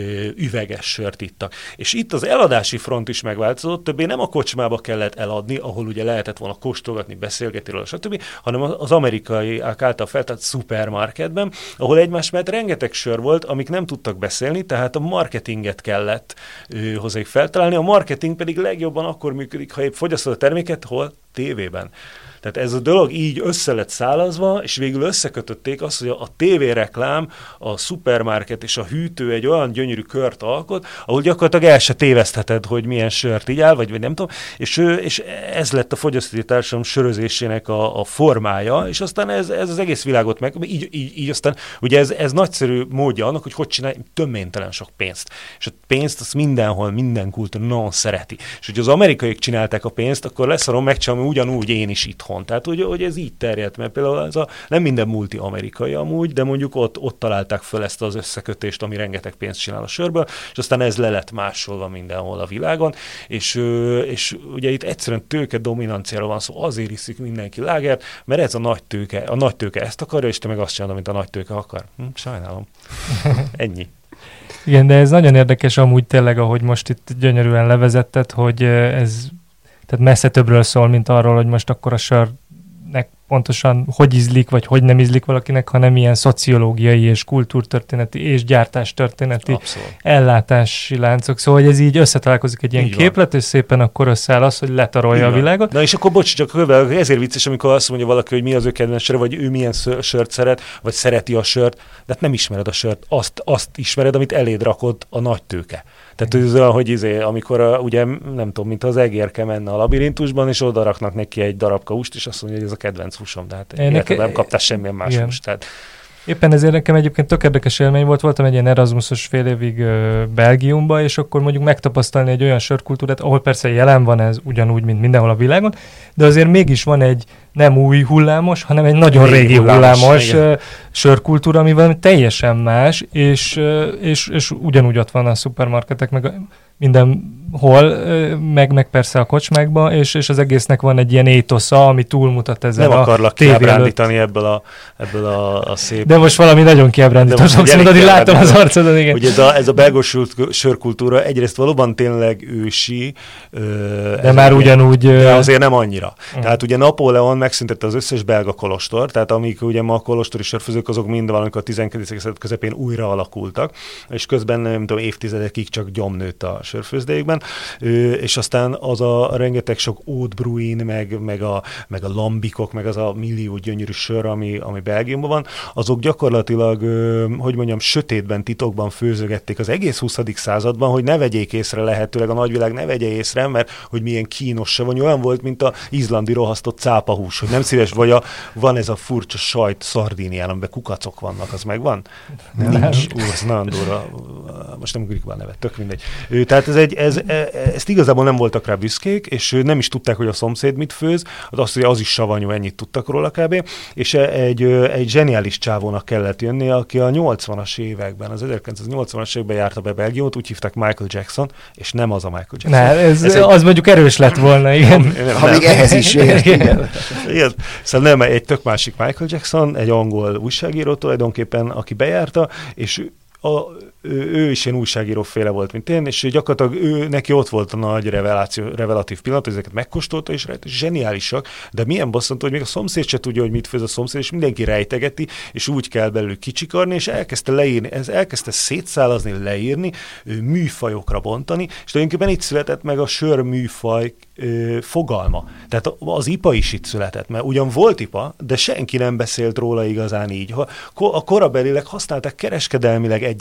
üveges sört ittak. És itt az eladási front is megváltozott, többé nem a kocsmába kellett eladni, ahol ugye lehetett volna kóstolgatni, beszélgetni róla, stb., hanem az amerikaiak által feltárt szupermarketben, ahol egymás mellett rengeteg sör volt, amik nem tudtak beszélni, tehát a marketinget kellett hozzájuk feltalálni. A marketing pedig legjobban akkor működik, ha épp fogyasztod a terméket, hol? Tévében. Tehát ez a dolog így össze lett szálazva, és végül összekötötték azt, hogy a tévéreklám, a szupermarket és a hűtő egy olyan gyönyörű kört alkot, ahol gyakorlatilag el se tévesztheted, hogy milyen sört így áll, vagy, vagy nem tudom, és, és ez lett a fogyasztói társadalom sörözésének a, a formája, és aztán ez, ez az egész világot meg, így, így, így aztán, ugye ez, ez nagyszerű módja annak, hogy hogy csinálj töménytelen sok pénzt. És a pénzt azt mindenhol, minden kultúra non szereti. És hogy az amerikaiak csinálták a pénzt, akkor leszarom megcsinálni ugyanúgy én is itthon. Tehát, hogy, hogy ez így terjedt, mert például ez a, nem minden multi amerikai amúgy, de mondjuk ott, ott találták föl ezt az összekötést, ami rengeteg pénzt csinál a sörből, és aztán ez le lett másolva mindenhol a világon, és, és ugye itt egyszerűen tőke dominanciáról van szó, azért iszik mindenki lágert, mert ez a nagy tőke, a nagy tőke ezt akarja, és te meg azt csinálod, mint a nagy tőke akar. Hm, sajnálom. Ennyi. Igen, de ez nagyon érdekes amúgy tényleg, ahogy most itt gyönyörűen levezetted, hogy ez tehát messze többről szól, mint arról, hogy most akkor a sörnek pontosan hogy ízlik, vagy hogy nem ízlik valakinek, hanem ilyen szociológiai és kultúrtörténeti és gyártástörténeti Abszolút. Ellátási láncok. Szóval, hogy ez így összetalálkozik egy ilyen így képlet, van. És szépen akkor összeáll az, hogy letarolja a világot. Na és akkor bocs, csak ezért vicces, amikor azt mondja valaki, hogy mi az ő kedvenc sör, vagy ő milyen sört szeret, vagy szereti a sört, de hát nem ismered a sört, azt, azt ismered, amit eléd rakott a nagy tőke. Tehát ez olyan, hogy izé, amikor a, ugye nem tudom, mint az egérke menne a labirintusban, és oda raknak neki egy darabka húst, és azt mondja, hogy ez a kedvenc húsom, de hát neke... nem kaptál semmilyen más igen. húst. Tehát... Éppen ezért nekem egyébként tök érdekes élmény volt, voltam egy ilyen Erasmusos fél évig ö, Belgiumba, és akkor mondjuk megtapasztalni egy olyan sörkultúrát, ahol persze jelen van ez ugyanúgy, mint mindenhol a világon, de azért mégis van egy nem új hullámos, hanem egy nagyon régi, régi hullámos, hullámos ö, sörkultúra, ami valami teljesen más, és, ö, és, és ugyanúgy ott van a szupermarketek, meg a, mindenhol, meg, meg persze a kocsmákban, és, és az egésznek van egy ilyen étosza, ami túlmutat ezen nem a akarlak kiábrándítani ebből a, ebből a, a szép... De most valami nagyon kiábrándító fogsz mondani, látom az arcodon, igen. Ugye ez a, ez a belgos sörkultúra egyrészt valóban tényleg ősi. De már ugye, ugyanúgy... De azért nem annyira. Uh. Tehát ugye Napóleon megszüntette az összes belga kolostor, tehát amik ugye ma a kolostori sörfőzők, azok mind valamikor a tizenkedikei század közepén újra alakultak, és közben nem tudom, évtizedekig csak gyom nőtt a sörfőzdejükben, és aztán az a rengeteg sok Haute Bruin, meg, meg, a, meg a lambikok, meg az a millió gyönyörű sör, ami, ami Belgiumban van, azok gyakorlatilag, hogy mondjam, sötétben, titokban főzögették az egész huszadik században, hogy ne vegyék észre lehetőleg, a nagyvilág ne vegye észre, mert hogy milyen kínos se van, olyan volt, mint az izlandi rohasztott cápahús, hogy nem szíves, vagy a, van ez a furcsa sajt Szardínián, amiben kukacok vannak, az megvan? Nincs. Ú, az nagyon durva. Most nem ugrik be a nevet, tök mindegy. Tehát ez egy, ez, ezt igazából nem voltak rá büszkék, és nem is tudták, hogy a szomszéd mit főz, az azt, hogy az is savanyú, ennyit tudtak róla kb. És egy, egy zseniális csávónak kellett jönni, aki a nyolcvanas években, az ezerkilencszáznyolcvanas években járta be Belgiumot, úgy hívták Michael Jackson, és nem az a Michael Jackson. Ne, ez, ez az egy... mondjuk erős lett volna, igen. Nem, nem, ha még ehhez is ért, igen. igen. Szóval nem, egy tök másik Michael Jackson, egy angol újságíró tulajdonképpen, aki bejárta, és A, ő, ő is ilyen újságíróféle volt, mint én, és gyakorlatilag ő, neki ott volt a nagy reveláció, revelatív pillanat, hogy ezeket megkóstolta, és rejt, zseniálisak, de milyen bosszantó, hogy még a szomszéd se tudja, hogy mit főz a szomszéd, és mindenki rejtegeti, és úgy kell belül kicsikarni, és elkezdte leírni, ez elkezdte szétszálazni, leírni, műfajokra bontani, és tulajdonképpen itt született meg a sör műfaj ö, fogalma. Tehát az ipa is itt született, mert ugyan volt ipa, de senki nem beszélt róla igazán így. Ha, a korabelileg használták kereskedelmileg egy-egy dolgot, de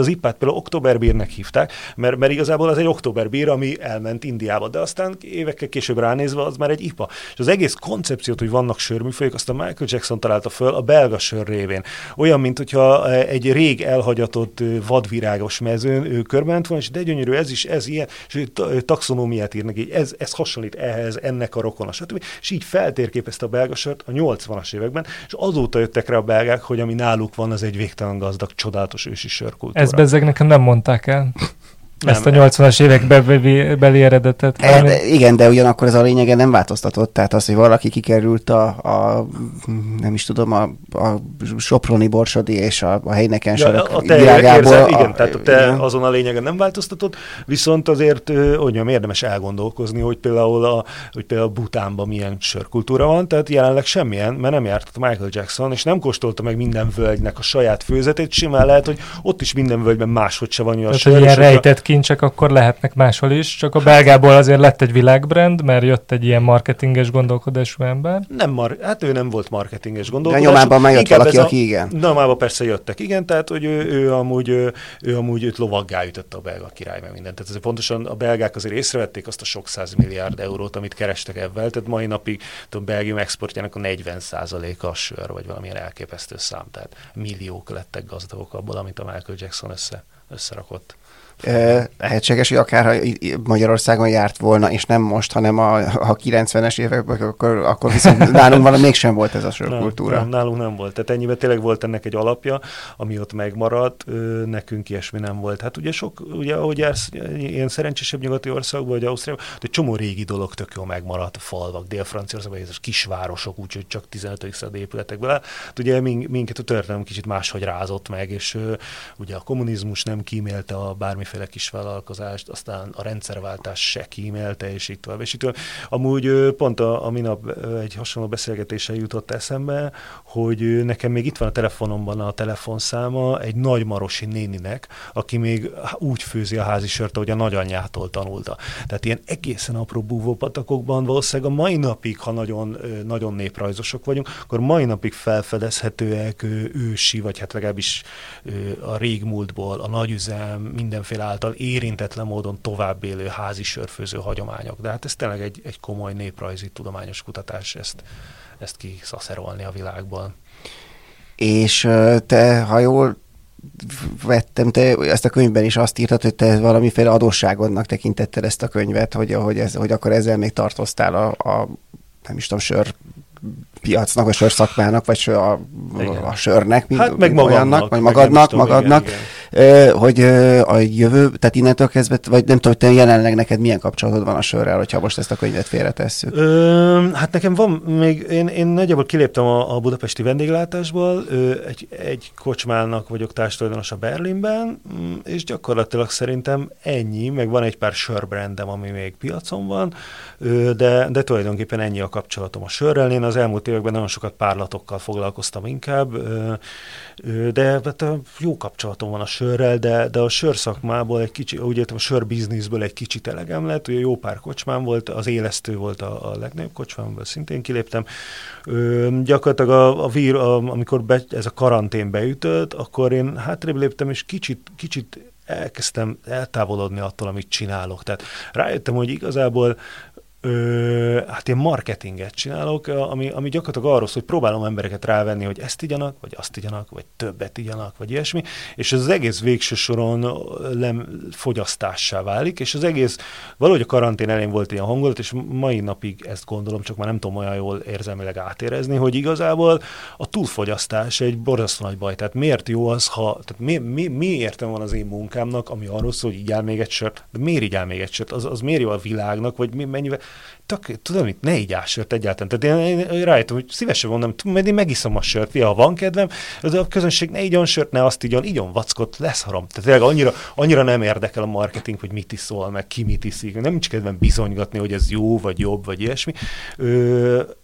az i pé á-t például Oktoberbírnek hívták, mert, mert igazából az egy Oktoberbír, ami elment Indiába, de aztán évekkel később ránézve az már egy i pé á. És az egész koncepciót, hogy vannak sörműfajok, azt a Michael Jackson találta föl a belga sör révén. Olyan, mint hogyha egy rég elhagyatott vadvirágos mezőn ő körbement volna, és de gyönyörű, ez is, ez ilyen, és ő taxonómiát ír neki, ez, ez hasonlít ehhez, ennek a rokona, stb. És így feltérképezte a belga sört a nyolcvanas években, és azóta jöttek rá a belgák, hogy ami náluk van, az egy végtelen gazdag, csodálatos ősi sörkultúra. Ezt bezzeg nekem nem mondták el. Nem, Ezt a nyolcvanas évek be, be, be, beli eredetet. E, de, igen, de ugyanakkor ez a lényegen nem változtatott. Tehát az, hogy valaki kikerült a, a nem is tudom, a, a Soproni Borsodi és a, a Heineken sörök ja, világából. Érzed, a, igen, tehát a te igen. azon a lényegen nem változtatott, viszont azért olyan érdemes elgondolkozni, hogy például, a, hogy például Butánban milyen sörkultúra van, tehát jelenleg semmilyen, mert nem járt Michael Jackson, és nem kóstolta meg minden völgynek a saját főzetét, simán lehet, hogy ott is minden völgyben máshogy se van olyan tehát, sör. ilyen rejtett kincsek akkor lehetnek máshol is, csak a belgából azért lett egy világbrand, mert jött egy ilyen marketinges gondolkodású ember. Nem, mar- hát ő nem volt marketinges De gondolkodású. nyomában már jött Inkább valaki, ez a- aki igen. Nyomában persze jöttek, igen, tehát hogy ő, ő amúgy, ő, ő amúgy őt lovaggá ütötte a belga király meg mindent. Tehát ez pontosan a belgák azért észrevették azt a sok száz milliárd eurót, amit kerestek ebben, tehát mai napig tudom, Belgium exportjának a negyven százaléka a sör, vagy valamilyen elképesztő szám, tehát milliók lettek gazdagok abból, amit a Michael Jackson össze, összerakott. Eh, lehetséges, hogy akár ha Magyarországon járt volna, és nem most, hanem a, a kilencvenes években, akkor, akkor viszont nálunk valami mégsem volt ez a sörkultúra. Nem, nem, nálunk nem volt. Tehát ennyiben tényleg volt ennek egy alapja, ami ott megmaradt, ö, nekünk ilyesmi nem volt. Hát ugye sok, ugye ahogy jársz ilyen szerencsésebb nyugati országban, vagy Ausztriában, egy csomó régi dolog tök jól megmaradt, a falvak, Dél-Franciaországban, ez a kisvárosok, úgyhogy csak tizenötödik századi épületekből áll. Hát ugye minket a történelem kicsit máshogy rázott meg, és ö, ugye a kommunizmus nem kímélte a bármi féle kis vállalkozást, aztán a rendszerváltás se kímélte, és így tovább, és így tovább. Amúgy pont a, a minap egy hasonló beszélgetéssel jutott eszembe, hogy nekem még itt van a telefonomban a telefonszáma egy nagymarosi néninek, aki még úgy főzi a házi sört, ahogy a nagyanyjától tanulta. Tehát ilyen egészen apró búvópatakokban valószínűleg a mai napig, ha nagyon, nagyon néprajzosok vagyunk, akkor mai napig felfedezhetőek ősi, vagy hát legalábbis a régmúltból, a nagyüzem, mindenféle által érintetlen módon továbbélő házi sörfőző hagyományok. De hát ez tényleg egy, egy komoly néprajzi tudományos kutatás ezt, ezt kiszaszerolni a világból. És te, ha jól vettem, te ezt a könyvben is azt írtad, hogy te valamiféle adósságodnak tekintetted ezt a könyvet, hogy, hogy, ez, hogy akkor ezzel még tartoztál a, a nem is tudom, sör piacnak, a sörszakmának, vagy sör, a, a sörnek, mint, hát meg mint olyannak, vagy magadnak, tudom, magadnak, igen, igen. hogy a jövő, tehát innentől kezdve, vagy nem tudom, hogy te jelenleg neked milyen kapcsolatod van a sörrel, hogyha most ezt a könyvet félretesszük. Ö, hát nekem van, még én, én nagyjából kiléptem a, a budapesti vendéglátásból, ö, egy, egy kocsmának vagyok társtulajdonos a Berlinben, és gyakorlatilag szerintem ennyi, meg van egy pár sörbrandem, ami még piacon van, ö, de, de tulajdonképpen ennyi a kapcsolatom a sörrel. Én az elmúlt években nagyon sokat párlatokkal foglalkoztam inkább, de hát jó kapcsolatom van a sörrel, de, de a sörszakmából egy kicsit, úgy értem, a sörbizniszből egy kicsit elegem lett, ugye jó pár kocsmám volt, az Élesztő volt a, a legnagyobb kocsmámból, szintén kiléptem. Ö, gyakorlatilag a, a vír, a, amikor be, ez a karantén beütött, akkor én hátrébb léptem, és kicsit, kicsit elkezdtem eltávolodni attól, amit csinálok. Tehát rájöttem, hogy igazából Ö, hát ilyen marketinget csinálok, ami, ami gyakorlatilag arról szól, hogy próbálom embereket rávenni, hogy ezt igyanak, vagy azt igyanak, vagy többet igyanak, vagy ilyesmi, és ez az egész végső soron lem, fogyasztássá válik, és az egész, valahogy a karantén elején volt ilyen hangulat, és mai napig ezt gondolom, csak már nem tudom olyan jól érzelmileg átérezni, hogy igazából a túlfogyasztás egy borzasztó nagy baj. Tehát miért jó az, ha, tehát mi, mi, mi értem van az én munkámnak, ami arról szól, hogy igyál még egy sört, de miért igyál még egy sört? Az, az miért jó a világnak, vagy mi, mennyivel Tök, tudom, mit, ne igyál sört egyáltalán. Tehát én, én rájöttem, hogy szívesen mondom, mert én megiszom a sört, ha van kedvem, de a közönség ne igyon sört, ne azt igyon, igyon vackot, lesz haram. Tehát tényleg annyira, annyira nem érdekel a marketing, hogy mit iszol, meg ki mit iszik. Nem nincs kedvem bizonygatni, hogy ez jó, vagy jobb, vagy ilyesmi. Ö,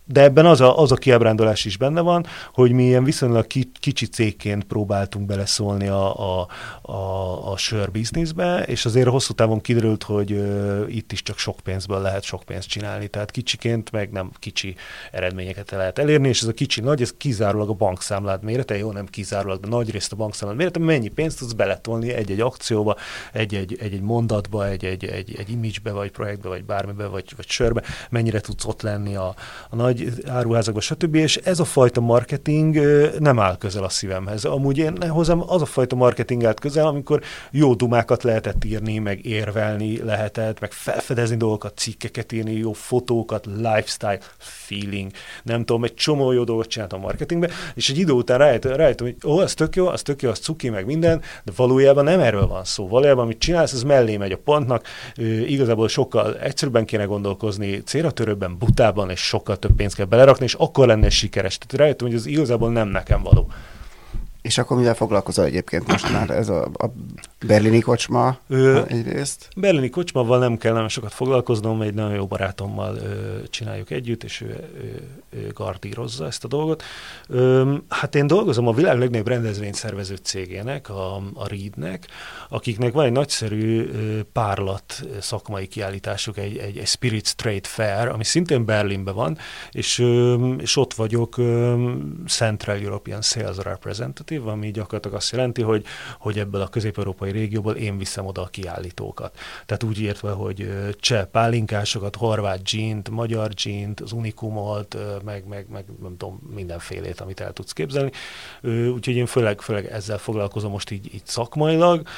De ebben az a, az a kiábrándulás is benne van, hogy mi ilyen viszonylag kicsi cégként próbáltunk beleszólni a, a, a, a sör bizniszbe, és azért hosszú távon kiderült, hogy uh, itt is csak sok pénzből lehet sok pénzt csinálni, tehát kicsiként meg nem kicsi eredményeket lehet elérni, és ez a kicsi nagy, ez kizárólag a bankszámlád mérete, jó, nem kizárólag, de nagy részt a bankszámlád mérete, mennyi pénzt tudsz beletolni egy-egy akcióba, egy-egy, egy-egy mondatba, egy-egy egy, egy image-be, vagy projektbe, vagy bármibe, vagy, vagy sörbe, mennyire tudsz ott lenni a, a nagy áruházakban, stb. És ez a fajta marketing nem áll közel a szívemhez. Amúgy én hozzám az a fajta marketing állt közel, amikor jó dumákat lehetett írni, meg érvelni lehetett, meg felfedezni dolgokat, cikkeket írni, jó fotókat, lifestyle, feeling, nem tudom, egy csomó jó dolgot csináltam a marketingbe, és egy idő után rájöttem, rájöttem hogy ó, az tök jó, az tök jó, az cuki, meg minden, de valójában nem erről van szó. Valójában, amit csinálsz, az mellé megy a pontnak, igazából sokkal egyszerűbben kéne gondolkozni, célra törőbben, butában, és sokkal több pénzt kell belerakni, és akkor lenne sikeres. Tehát rájöttem, hogy ez igazából nem nekem való. És akkor mivel foglalkozol egyébként most már? Ez a, a berlini kocsma ö, egyrészt? Berlini kocsmával nem kell nagyon sokat foglalkoznom, egy nagyon jó barátommal ö, csináljuk együtt, és ő, ő, ő gardírozza ezt a dolgot. Ö, hát én dolgozom a világ legnagyobb rendezvényszervező cégének, a, a Reednek, akiknek van egy nagyszerű ö, párlat szakmai kiállításuk, egy, egy, egy Spirits Trade Fair, ami szintén Berlinben van, és, ö, és ott vagyok ö, Central European Sales Representative, ami gyakorlatilag azt jelenti, hogy, hogy ebből a közép-európai régióból én viszem oda a kiállítókat. Tehát úgy értve, hogy cseh pálinkásokat, horvát gint, magyar gint, az unikumot, meg, meg, meg nem tudom, mindenfélét, amit el tudsz képzelni. Úgyhogy én főleg, főleg ezzel foglalkozom most így, így szakmailag.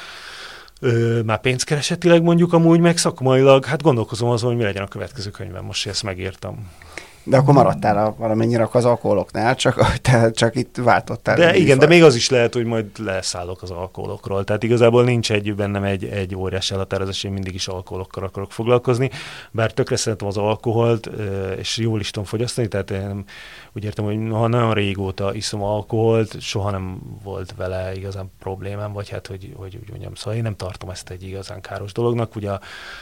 Már pénzkeresetileg mondjuk amúgy, meg szakmailag, hát gondolkozom azon, hogy mi legyen a következő könyvem, most ezt megírtam. De akkor maradtál a, valamennyire az alkoholoknál, csak, te, csak itt váltottál. De igen, de még az is lehet, hogy majd leszállok az alkoholokról. Tehát igazából nincs egy bennem egy, egy óriás elhatározás, én mindig is alkoholokkal akarok foglalkozni, bár tökre szeretem az alkoholt, és jól is tudom fogyasztani, tehát én úgy értem, hogy ha nagyon régóta iszom alkoholt, soha nem volt vele igazán problémám, vagy hát, hogy, hogy úgy mondjam, szóval én nem tartom ezt egy igazán káros dolognak, ugye,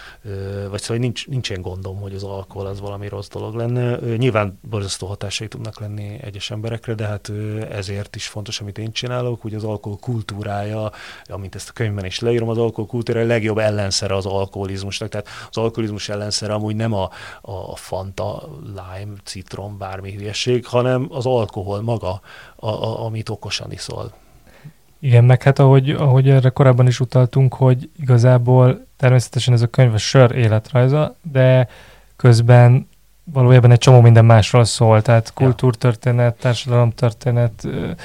vagy szóval nincs, nincs ilyen gondom, hogy az alkohol az valami rossz dolog lenne. Nyilván borzasztó hatásai tudnak lenni egyes emberekre, de hát ezért is fontos, amit én csinálok, hogy az alkohol kultúrája, amint ezt a könyvben is leírom, az alkohol kultúrája a legjobb ellenszere az alkoholizmusnak. Tehát az alkoholizmus ellenszere amúgy nem a, a Fanta, lime, citrom, bármi hülyeség, hanem az alkohol maga, a, a, amit okosan iszol. Igen, meg hát ahogy, ahogy erre korábban is utaltunk, hogy igazából természetesen ez a könyv a sör életrajza, de közben valójában egy csomó minden másról szól, tehát kultúrtörténet, társadalomtörténet,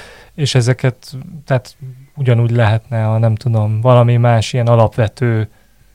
és ezeket, tehát ugyanúgy lehetne, ha nem tudom, valami más ilyen alapvető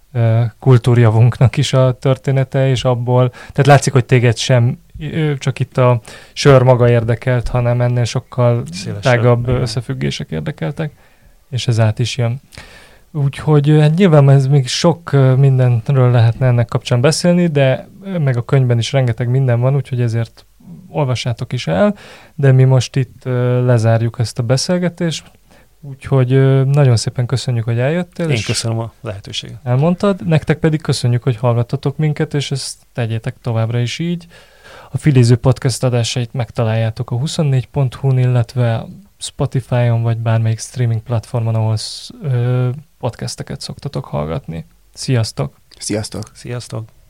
kultúrjavunknak is a története, és abból, tehát látszik, hogy téged sem csak itt a sör maga érdekelt, hanem ennél sokkal tágabb összefüggések érdekeltek, és ez át is jön. Úgyhogy hát nyilván ez még sok mindenről lehetne ennek kapcsán beszélni, de meg a könyvben is rengeteg minden van, úgyhogy ezért olvassátok is el, de mi most itt lezárjuk ezt a beszélgetést, úgyhogy nagyon szépen köszönjük, hogy eljöttél. Én köszönöm a lehetőséget. Elmondtad, nektek pedig köszönjük, hogy hallgattatok minket, és ezt tegyétek továbbra is így. A Filéző Podcast adásait megtaláljátok a huszonnégy pont hu-n, illetve Spotify-on, vagy bármelyik streaming platformon, ahol ö, podcasteket szoktatok hallgatni. Sziasztok! Sziasztok! Sziasztok!